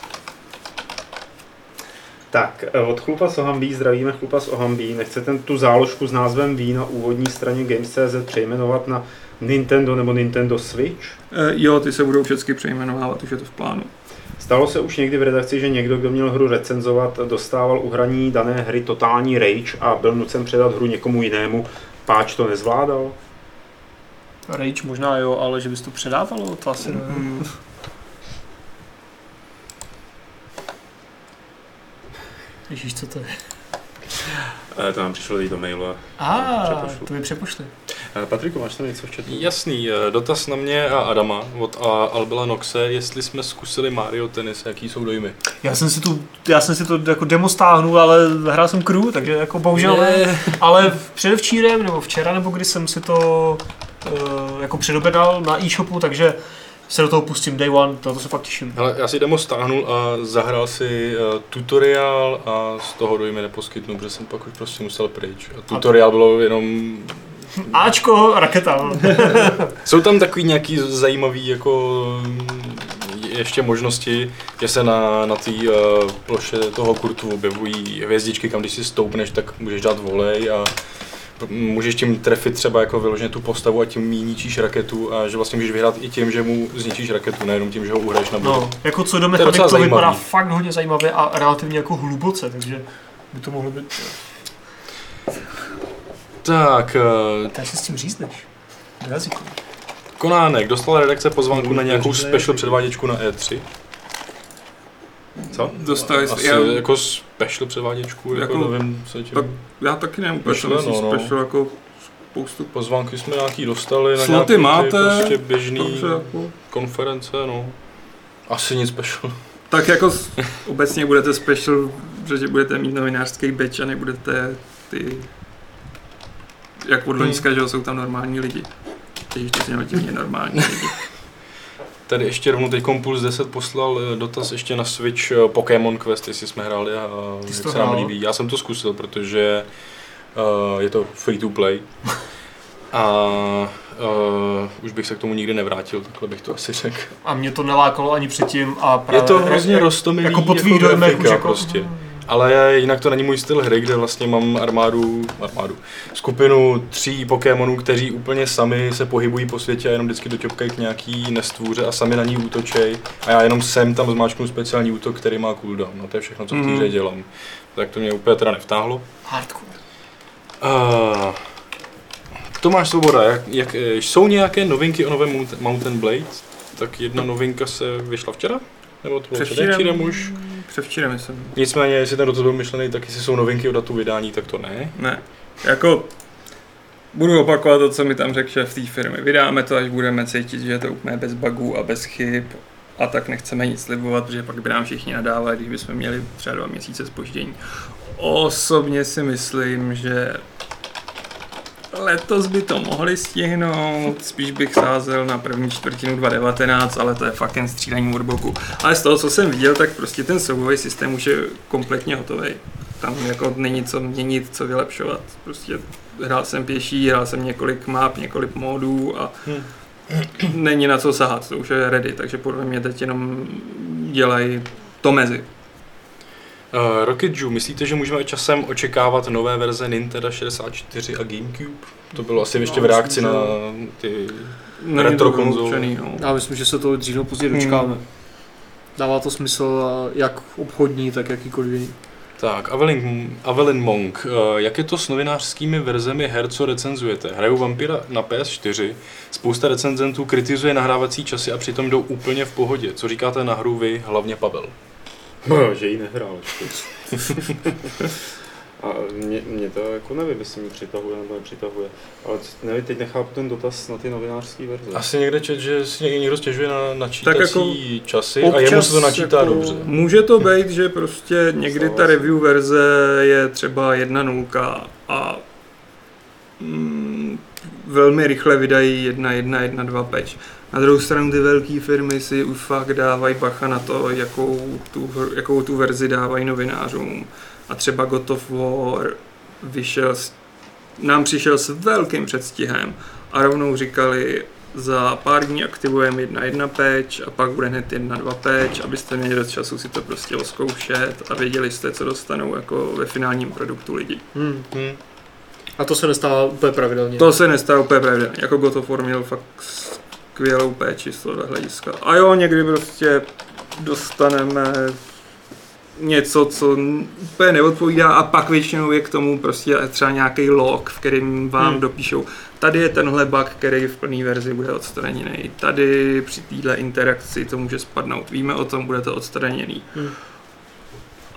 Tak, od Chlupa z Ohambí zdravíme Chlupa z Ohambí. Nechcete tu záložku s názvem Wii na úvodní straně Games.cz přejmenovat na Nintendo nebo Nintendo Switch? Jo, ty se budou všechny přejmenovávat, už je to v plánu. Stalo se už někdy v redakci, že někdo, kdo měl hru recenzovat, dostával u hraní dané hry totální rage a byl nucen předat hru někomu jinému, páč to nezvládal? Rage možná jo, ale že bys to předávalo, to asi ne. Ježíš, co to je? To nám přišlo teď do mailu a to mi přepošli. Patriku, máš tam něco v chatu? Jasný, dotaz na mě a Adama od Albela Noxe, jestli jsme zkusili Mario Tennis, jaký jsou dojmy. Já jsem si to jako demo stáhnul, ale hrál jsem Crew, takže jako bohužel ne. Ale předevčírem nebo včera, nebo kdy jsem si to jako předobědal na e-shopu, takže se do toho pustím day one, na to se fakt těším. Hele, já si demo stáhnul a zahrál si tutoriál a z toho dojmy neposkytnu, protože jsem pak už prostě musel pryč. A tutoriál bylo jenom... Ačko, raketa. Jsou tam takový nějaký zajímavý jako ještě možnosti, že se na té ploše toho kurtu objevují hvězdičky, kam když si stoupneš, tak můžeš dát volej a můžeš tím trefit třeba jako vyloženě tu postavu a tím jí ničíš raketu a že vlastně můžeš vyhrát i tím, že mu zničíš raketu, nejenom tím, že ho uhraješ na bodu. No, jako co do mechanik to vypadá fakt hodně zajímavě a relativně jako hluboce, takže by to mohlo být... Tak... Tak si s tím řízneš. Do jazyku. Konánek, dostala redakce pozvánku na nějakou special předváděčku na E3. Co? Dostali Asi jako special předváděčku, jako nevím, co tím... Tak já taky nevím, special jako spoustu. Pozvánky jsme nějaký dostali na sloty nějaký máte, prostě běžný jako... konference, no. Asi nic special. Tak jako obecně budete special, že budete mít novinářský badge a nebudete ty... Jak od loňska, že jsou tam normální lidi. Teď to si mě normální lidi. Tady ještě rovnou teď Puls 10 poslal dotaz ještě na Switch Pokémon Quest, jestli jsme hráli a jak se nám líbí. Já jsem to zkusil, protože je to free to play a už bych se k tomu nikdy nevrátil, takhle bych to asi řekl. A mě to nelákalo ani předtím a právě... Je to hrozně roztomilý jako po tvých dojmech už jako... prostě. Ale jinak to není můj styl hry, kde vlastně mám skupinu 3 Pokémonů, kteří úplně sami se pohybují po světě a jenom vždycky doťopkají k nějaký nestvůře a sami na ní útočej. A já jenom sem tam zmáčknu speciální útok, který má cooldown. No to je všechno, co v té hře dělám. Tak to mě úplně teda nevtáhlo. Hardcore. Tomáš Svoboda, jsou nějaké novinky o novém Mountain Blade? Tak jedna novinka se vyšla včera? Nebo to bylo předevčírem už? Předevčírem myslím. Nicméně, jestli ten dotaz byl myšlený, tak jestli jsou novinky o datu vydání, tak to ne. Ne. Jako budu opakovat to, co mi tam řekl šéf té firmy. Vydáme to, až budeme cítit, že je to úplně bez bugů a bez chyb. A tak nechceme nic slibovat, protože pak by nám všichni nadávali, když bychom měli třeba 2 měsíce zpoždění. Osobně si myslím, že letos by to mohli stihnout, spíš bych sázel na první čtvrtinu 2019, ale to je fakt jen střílení od boku. Ale z toho, co jsem viděl, tak prostě ten soubojový systém už je kompletně hotový. Tam jako není co měnit, co vylepšovat. Prostě hrál jsem pěší, hrál jsem několik map, několik módů a není na co sahat, to už je ready, takže podle mě teď jenom dělají to mezi. Rocket Jew, myslíte, že můžeme časem očekávat nové verze Nintendo 64 a GameCube? To bylo asi ještě v reakci na ty retro konzole. No. Já myslím, že se to dřív nebo později dočkáme. Dává to smysl jak obchodní, tak jakýkoliv jiný. Tak, Avelin Monk, jak je to s novinářskými verzemi her, co recenzujete? Hraju Vampira na PS4, spousta recenzentů kritizuje nahrávací časy a přitom jdou úplně v pohodě. Co říkáte na hru vy, hlavně Pavel? No, že ji nehrál ještě. A mě to jako nevím, jestli mi přitahuje nebo nepřitahuje. Ale nevím, teď nechápu ten dotaz na ty novinářské verze. Asi někde čet, že si někdo stěžuje na načítací jako časy a jemu se to načítá jako dobře. Může to být, že prostě někdy ta review verze je třeba 1.0 a velmi rychle vydají 1.1.1.2 patch. Na druhou stranu ty velké firmy si už fakt dávají bacha na to, jakou tu verzi dávají novinářům. A třeba God of War nám přišel s velkým předstihem a rovnou říkali, za pár dní aktivujeme 1.1 patch a pak bude hned 1.2 patch, abyste měli dost času si to prostě oskoušet a věděli jste, co dostanou jako ve finálním produktu lidi. A to se nestává úplně pravidelně? To se nestává úplně pravidelně. Jako God of War měl fakt skvělou péči z tohohle hlediska. A jo, někdy prostě dostaneme něco, co úplně neodpovídá a pak většinou je k tomu prostě třeba nějaký log, v kterým vám dopíšou, tady je tenhle bug, který v plné verzi bude odstraněný. Tady při téhle interakci to může spadnout. Víme o tom, bude to odstraněný.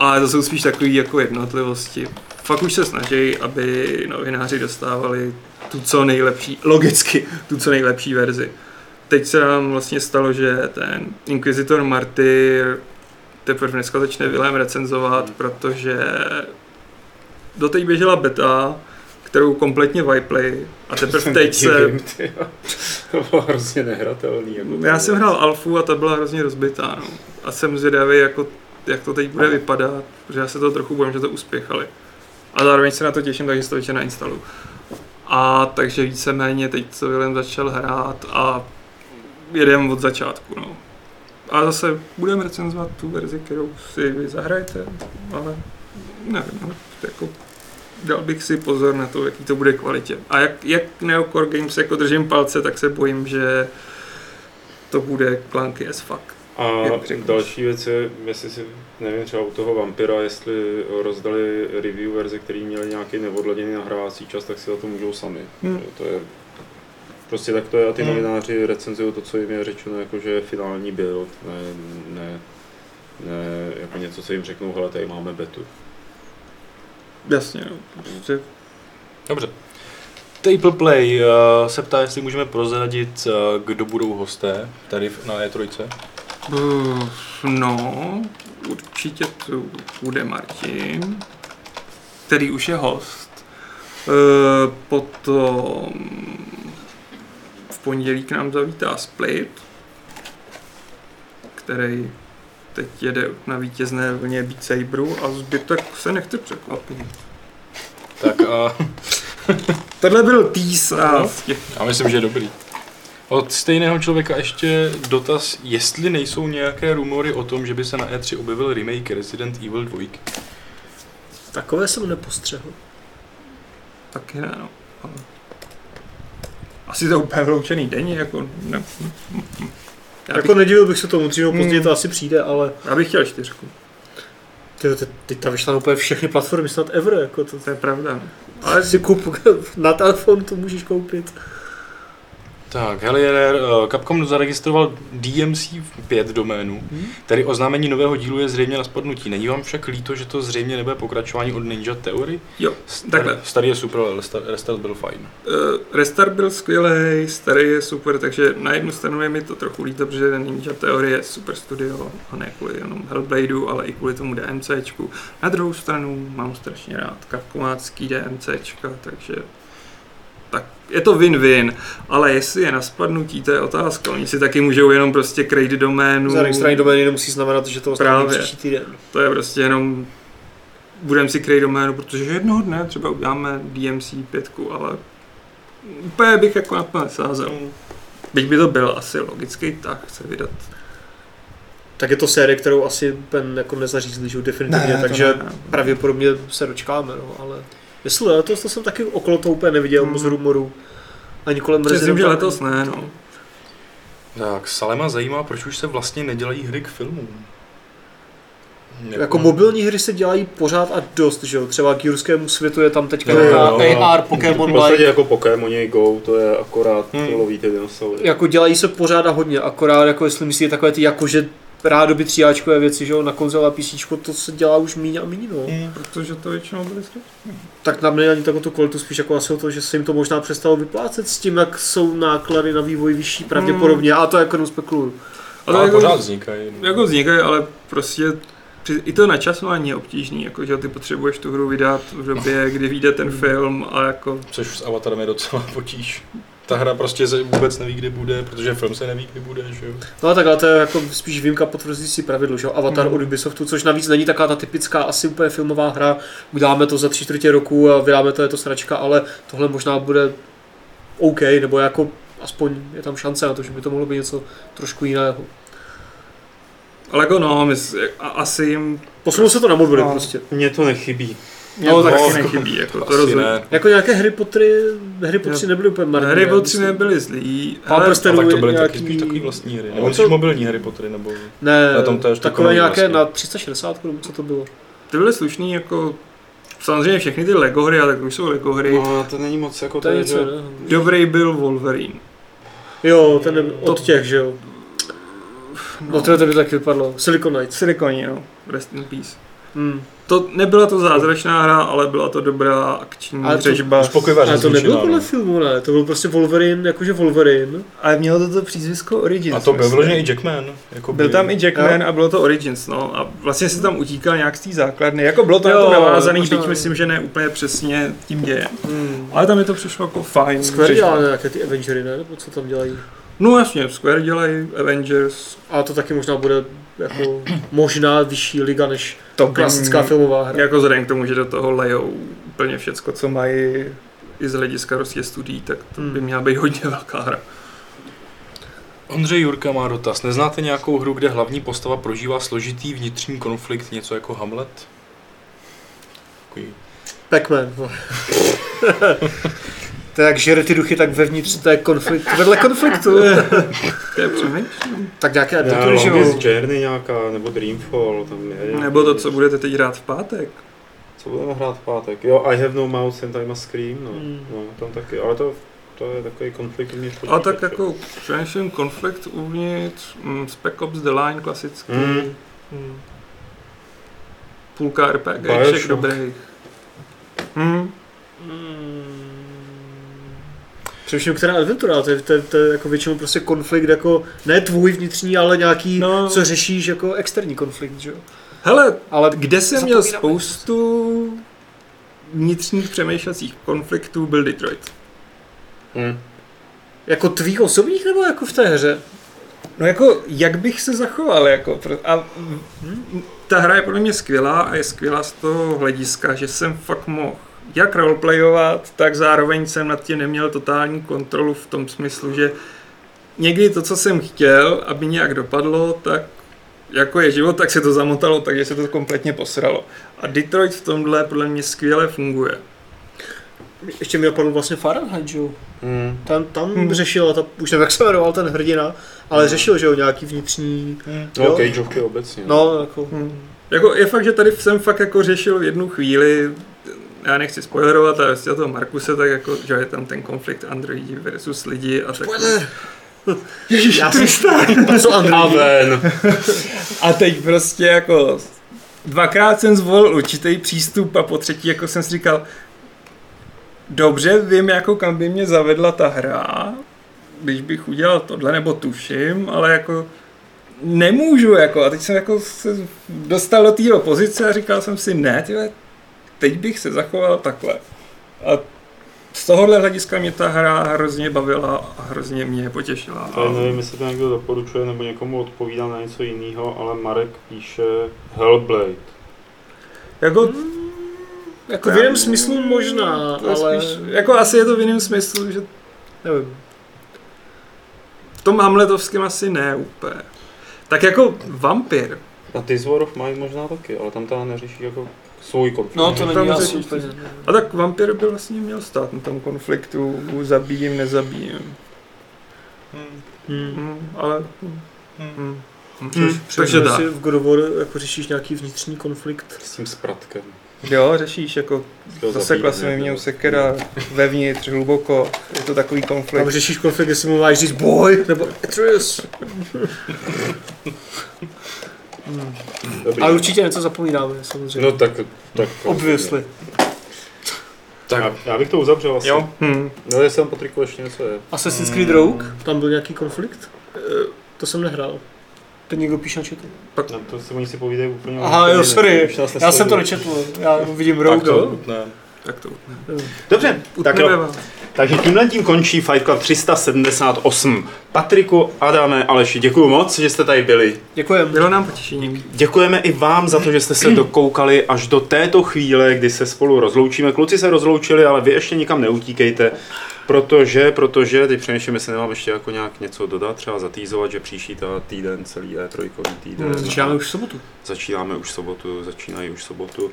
Ale to jsou spíš takové jako jednotlivosti. Fakt už se snaží, aby novináři dostávali tu co nejlepší, logicky, tu co nejlepší verzi. Teď se nám vlastně stalo, že ten Inquisitor Martyr teprve dneska začne Vilém recenzovat, protože doteď běžela beta, kterou kompletně vypli a teprve teď se... To bylo hrozně nehratelný. Jako já jsem hrál alfu a ta byla hrozně rozbitá. No. A jsem zvědavý, jako, jak to teď bude vypadat, protože já se to trochu bojím, že to uspěchali. A zároveň se na to těším, takže si to večer nainstaluju. A takže víceméně teď co Vilém začal hrát a jedeme od začátku. No. A zase budeme recenzovat tu verzi, kterou si vy zahrajete, ale nevím, no, jako dal bych si pozor na to, jaký to bude kvalitě. A jak Neocore Games jako držím palce, tak se bojím, že to bude clunky as fuck. A další věc je, jestli si, nevím, třeba u toho Vampira, jestli rozdali review verze, který měli nějaký neodladěný nahrávací čas, tak si o to můžou sami. To je prostě tak to je a ty novináři recenzují to, co jim je řečeno, jako že je finální build, ne jako něco, co jim řeknou, hele, tady máme betu. Jasně, no. Prostě... Dobře. Table Play se ptá, jestli můžeme prozradit, kdo budou hosté tady na E3. No, určitě tu bude Martin, který už je host. Potom v pondělí k nám zavítá Split, který teď jede na vítězné vlně Beat Saberu a zbytek se nechce překvapit. Tak a... Tohle byl tease a... Já myslím, že je dobrý. Od stejného člověka ještě dotaz, jestli nejsou nějaké rumory o tom, že by se na E3 objevil remake Resident Evil 2. Takové jsem nepostřehl. Taky ne, no. Asi to úplně vyloučený denně, jako... Ne. Jako nedivil bych se tomu, dřív později to asi přijde, ale... Já bych chtěl 4. Teď tam vyšla úplně všechny platformy snad ever, jako to je pravda. Ale si na telefon to můžeš koupit. Tak, hele, Capcom zaregistroval DMC5 doménu, tedy oznámení nového dílu je zřejmě na spadnutí. Není vám však líto, že to zřejmě nebude pokračování od Ninja Theory? Jo, takhle. Starý je super, ale restart byl fajn. Restart byl skvělý, starý je super, takže na jednu stranu je mi to trochu líto, protože Ninja Theory je super studio, a ne kvůli jenom Hellbladeu, ale i kvůli tomu DMCčku. Na druhou stranu mám strašně rád Capcomácký DMCčka, takže... Tak je to win-win, ale jestli je na spadnutí, to je otázka. Oni si taky můžou jenom prostě create doménu. Zaregistrovaný domény nemusí znamenat, že to právě příští týden. To je prostě jenom budeme si create doménu, protože jednoho dne třeba uděláme DMC 5, ale úplně bych jako na to nesázel. Byť by to byl asi logický tak, chce vydat. Tak je to série, kterou asi pen jako nezařízli, že definitivně, takže pravděpodobně se dočkáme, no, ale... Jestli letos to jsem taky okolo toho úplně neviděl moc rumorů. Ani kolem Resident Evil. Myslím, že letos ne, no. Tak, Salema zajímá, proč už se vlastně nedělají hry k filmům. Jako mobilní hry se dělají pořád a dost, že jo? Třeba k jurskému světu je tam teďka AR, Pokémon Live. V podstatě jako Pokémoni Go, to je akorát loví ty dinosaury. Jako dělají se pořád a hodně, akorát jako jestli myslíte takové ty jakože rádoby tříáčkové věci, že jo, na konzole a PCčko, to se dělá už míň a míň, no. Protože to většinou byly skvělé. Tak nám není ani takovou tu kvalitu, spíš jako asi o to, že se jim to možná přestalo vyplácet s tím, jak jsou náklady na vývoj vyšší pravděpodobně, a to jako jenom spekuluju. Ale jako, pořád vznikají. Jako vznikají, ale prostě i to načasování je obtížný, jako že ty potřebuješ tu hru vydat v době, kdy vyjde ten film a jako... Což s Avatarem je docela potíž. Ta hra prostě vůbec neví, kdy bude, protože film se neví, kdy bude, že jo. No tak ale to je jako spíš výjimka potvrzující pravidlo, že jo. Avatar od Ubisoftu, což navíc není taková ta typická asi úplně filmová hra, uděláme to za 3/4 roku a vydáme to, je to sračka, ale tohle možná bude OK, nebo jako aspoň je tam šance na to, že by to mohlo být něco trošku jiného. Ale jako no, asi jim... Posunou se to na mobily prostě. Mně to nechybí. No, taky nechybí, jako to rozumím. Jako nějaké Harry Pottery nebyly úplně marné. Harry Pottery nebyly zlý. Ale tak to byly taky spíš takový vlastní hry. Nebo myslíš mobilní Harry Pottery, nebo... Ne, takové nějaké na 360, co to bylo? Ty byly slušný, jako... Samozřejmě všechny ty Lego hry, ale tak už jsou Lego hry. No, to není moc jako to je něco, dobrý byl Wolverine. Jo, ten je od těch, že jo. No to by taky vypadlo. Silicon Knights. Silicon, jo. Rest in peace. To nebyla to zázračná hra, ale byla to dobrá akční řežba. Uspokojivá Ale to nebylo řezničina, podle no. filmu, ne? To byl prostě Wolverine, jakože Wolverine. Ale mělo to přízvisko Origins. A to byl myslím. vložený i Jackman. Jako Byl tam i Jackman a bylo to Origins, no. A vlastně se tam utíkal nějak z té základny. Jako bylo to na to navázaný, možná. byť myslím, že ne úplně přesně tím dějem. Ale tam mi to přišlo jako fajn. Square dělá nějaké ty Avengery, ne? Nebo co tam dělají? No jasně, Square dělají Avengers. A to taky možná bude jako možná vyšší liga než To klasická filmová hra. Jako vzhledem k tomu, že do toho lejou úplně všecko, co mají i z hlediska studií, tak to by měla být hodně velká hra. Ondřej Jurka má dotaz. Neznáte nějakou hru, kde hlavní postava prožívá složitý vnitřní konflikt, něco jako Hamlet? Takový. Pac-Man. To jak žere ty duchy, tak vevnitř to je konflikt, vedle konfliktu. To je přemýšlím. Tak nějaké adventury, že jo? Longest Journey nějaká, nebo Dreamfall, tam je. Nebo to, co budete teď hrát v pátek. Co budeme hrát v pátek? Jo, I Have No Mouth and I Must Scream, no. No, tam taky, ale to je takový konflikt uvnitř. A tak jako přemýšlím konflikt uvnitř Spec Ops The Line klasický. Půlka RPGček dobrých. Především která adventura, to je jako většinou prostě konflikt jako, ne tvůj vnitřní, ale nějaký, co řešíš jako externí konflikt, že jo? Hele, ale kde jsem měl spoustu vnitřních přemýšlacích konfliktů, byl Detroit. Jako tvých osobních, nebo jako v té hře? No jako, jak bych se zachoval, jako, a ta hra je podle mě skvělá a je skvělá z toho hlediska, že jsem fakt mohl jak roleplayovat, tak zároveň jsem nad tím neměl totální kontrolu v tom smyslu, že někdy to, co jsem chtěl, aby nějak dopadlo, tak jako je život, tak se to zamotalo, takže se to kompletně posralo. A Detroit v tomhle podle mě skvěle funguje. Ještě mi dopadl vlastně Fahrenheit, že jo? Tam řešil, už nevím, jak se jmenoval ten hrdina, ale řešil, že jo, nějaký vnitřní... No, cageovky obecně. No, jako... Jako je fakt, že tady jsem fakt jako řešil v jednu chvíli, já nechci spoilerovat, ale z toho Markuse, tak jako, že je tam ten konflikt androidi versus lidi a tak. Spoiler! Ježiš, já jsem co androidi? Amen. A teď prostě jako dvakrát jsem zvolil určitý přístup a po třetí jako jsem si říkal, dobře, vím jako kam by mě zavedla ta hra, když bych udělal tohle, nebo tuším, ale jako nemůžu jako a teď jsem jako se dostal do téhle pozice a říkal jsem si, ne, tyhle, teď bych se zachoval takhle. A z tohohle hlediska mě ta hra hrozně bavila a hrozně mě potěšila. Ale nevím, jestli to někdo doporučuje nebo někomu odpovídá na něco jiného, ale Marek píše Hellblade. Jako v jiném smyslu možná, ale... Spíš, jako asi je to v jiném smyslu, že nevím. V tom hamletovském asi ne úplně. Tak jako vampir. A This War of Mine možná taky, ale tam ta neřeší jako svůj konflikt. No to není Tam asi řešíš úplně. A tak vampir by vlastně měl stát na tom konfliktu, zabijím, nezabijím. Ale... Takže tak. V God of War jako řešíš nějaký vnitřní konflikt. S tím spratkem. Jo, řešíš jako zase klasně měl sekera vevnitř, hluboko, je to takový konflikt. Tam řešíš konflikt, jestli mu máš říct boj, nebo Atreus. Ale určitě něco zapomínáme, samozřejmě. No tak Obviously. Tak já bych to uzavřel asi. Jo. No jestli tam Patriku ještě něco je. Assassin's Creed Rogue, tam byl nějaký konflikt? To jsem nehrál. Teď někdo píše na chatu. No, to si oni si povídají úplně. Aha, jo, sorry, já jsem to nečetl, já vidím Rogue. Tak to Dobře, tak jo. Takže tím končí Fight Club 378. Patriku, Adame, Aleši, děkuju moc, že jste tady byli. Děkujeme. Bylo nám potěšením. Děkujeme i vám za to, že jste se dokoukali až do této chvíle, kdy se spolu rozloučíme. Kluci se rozloučili, ale vy ještě nikam neutíkejte, protože teď přemýšlím, jestli nemám ještě jako nějak něco dodat, třeba zatýzovat, že příští týden, celý E3 týden. Začínáme už v sobotu. Začínají už v sobotu.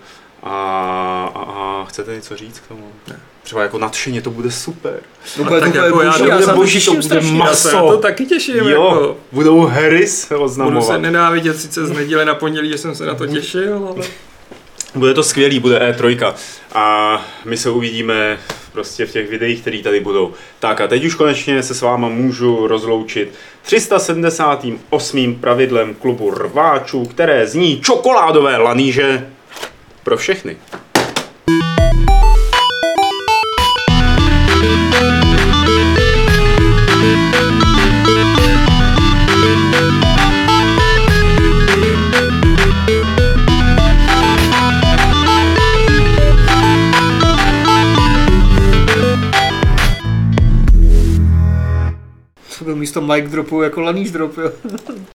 A chcete něco říct k tomu? Ne. Třeba jako nadšeně, to bude super. To bude boží, to bude maso. Já to taky těším. Jo, jako. budou hery se oznamovat. Budu se nenávidět sice z neděle na pondělí, že jsem se na to těšil, ale... Bude to skvělý, bude E3 a my se uvidíme prostě v těch videích, které tady budou. Tak a teď už konečně se s váma můžu rozloučit 378. pravidlem klubu rváčů, které zní čokoládové laníže. pro všechny. To byl místo mic dropu jako laníž drop, jo.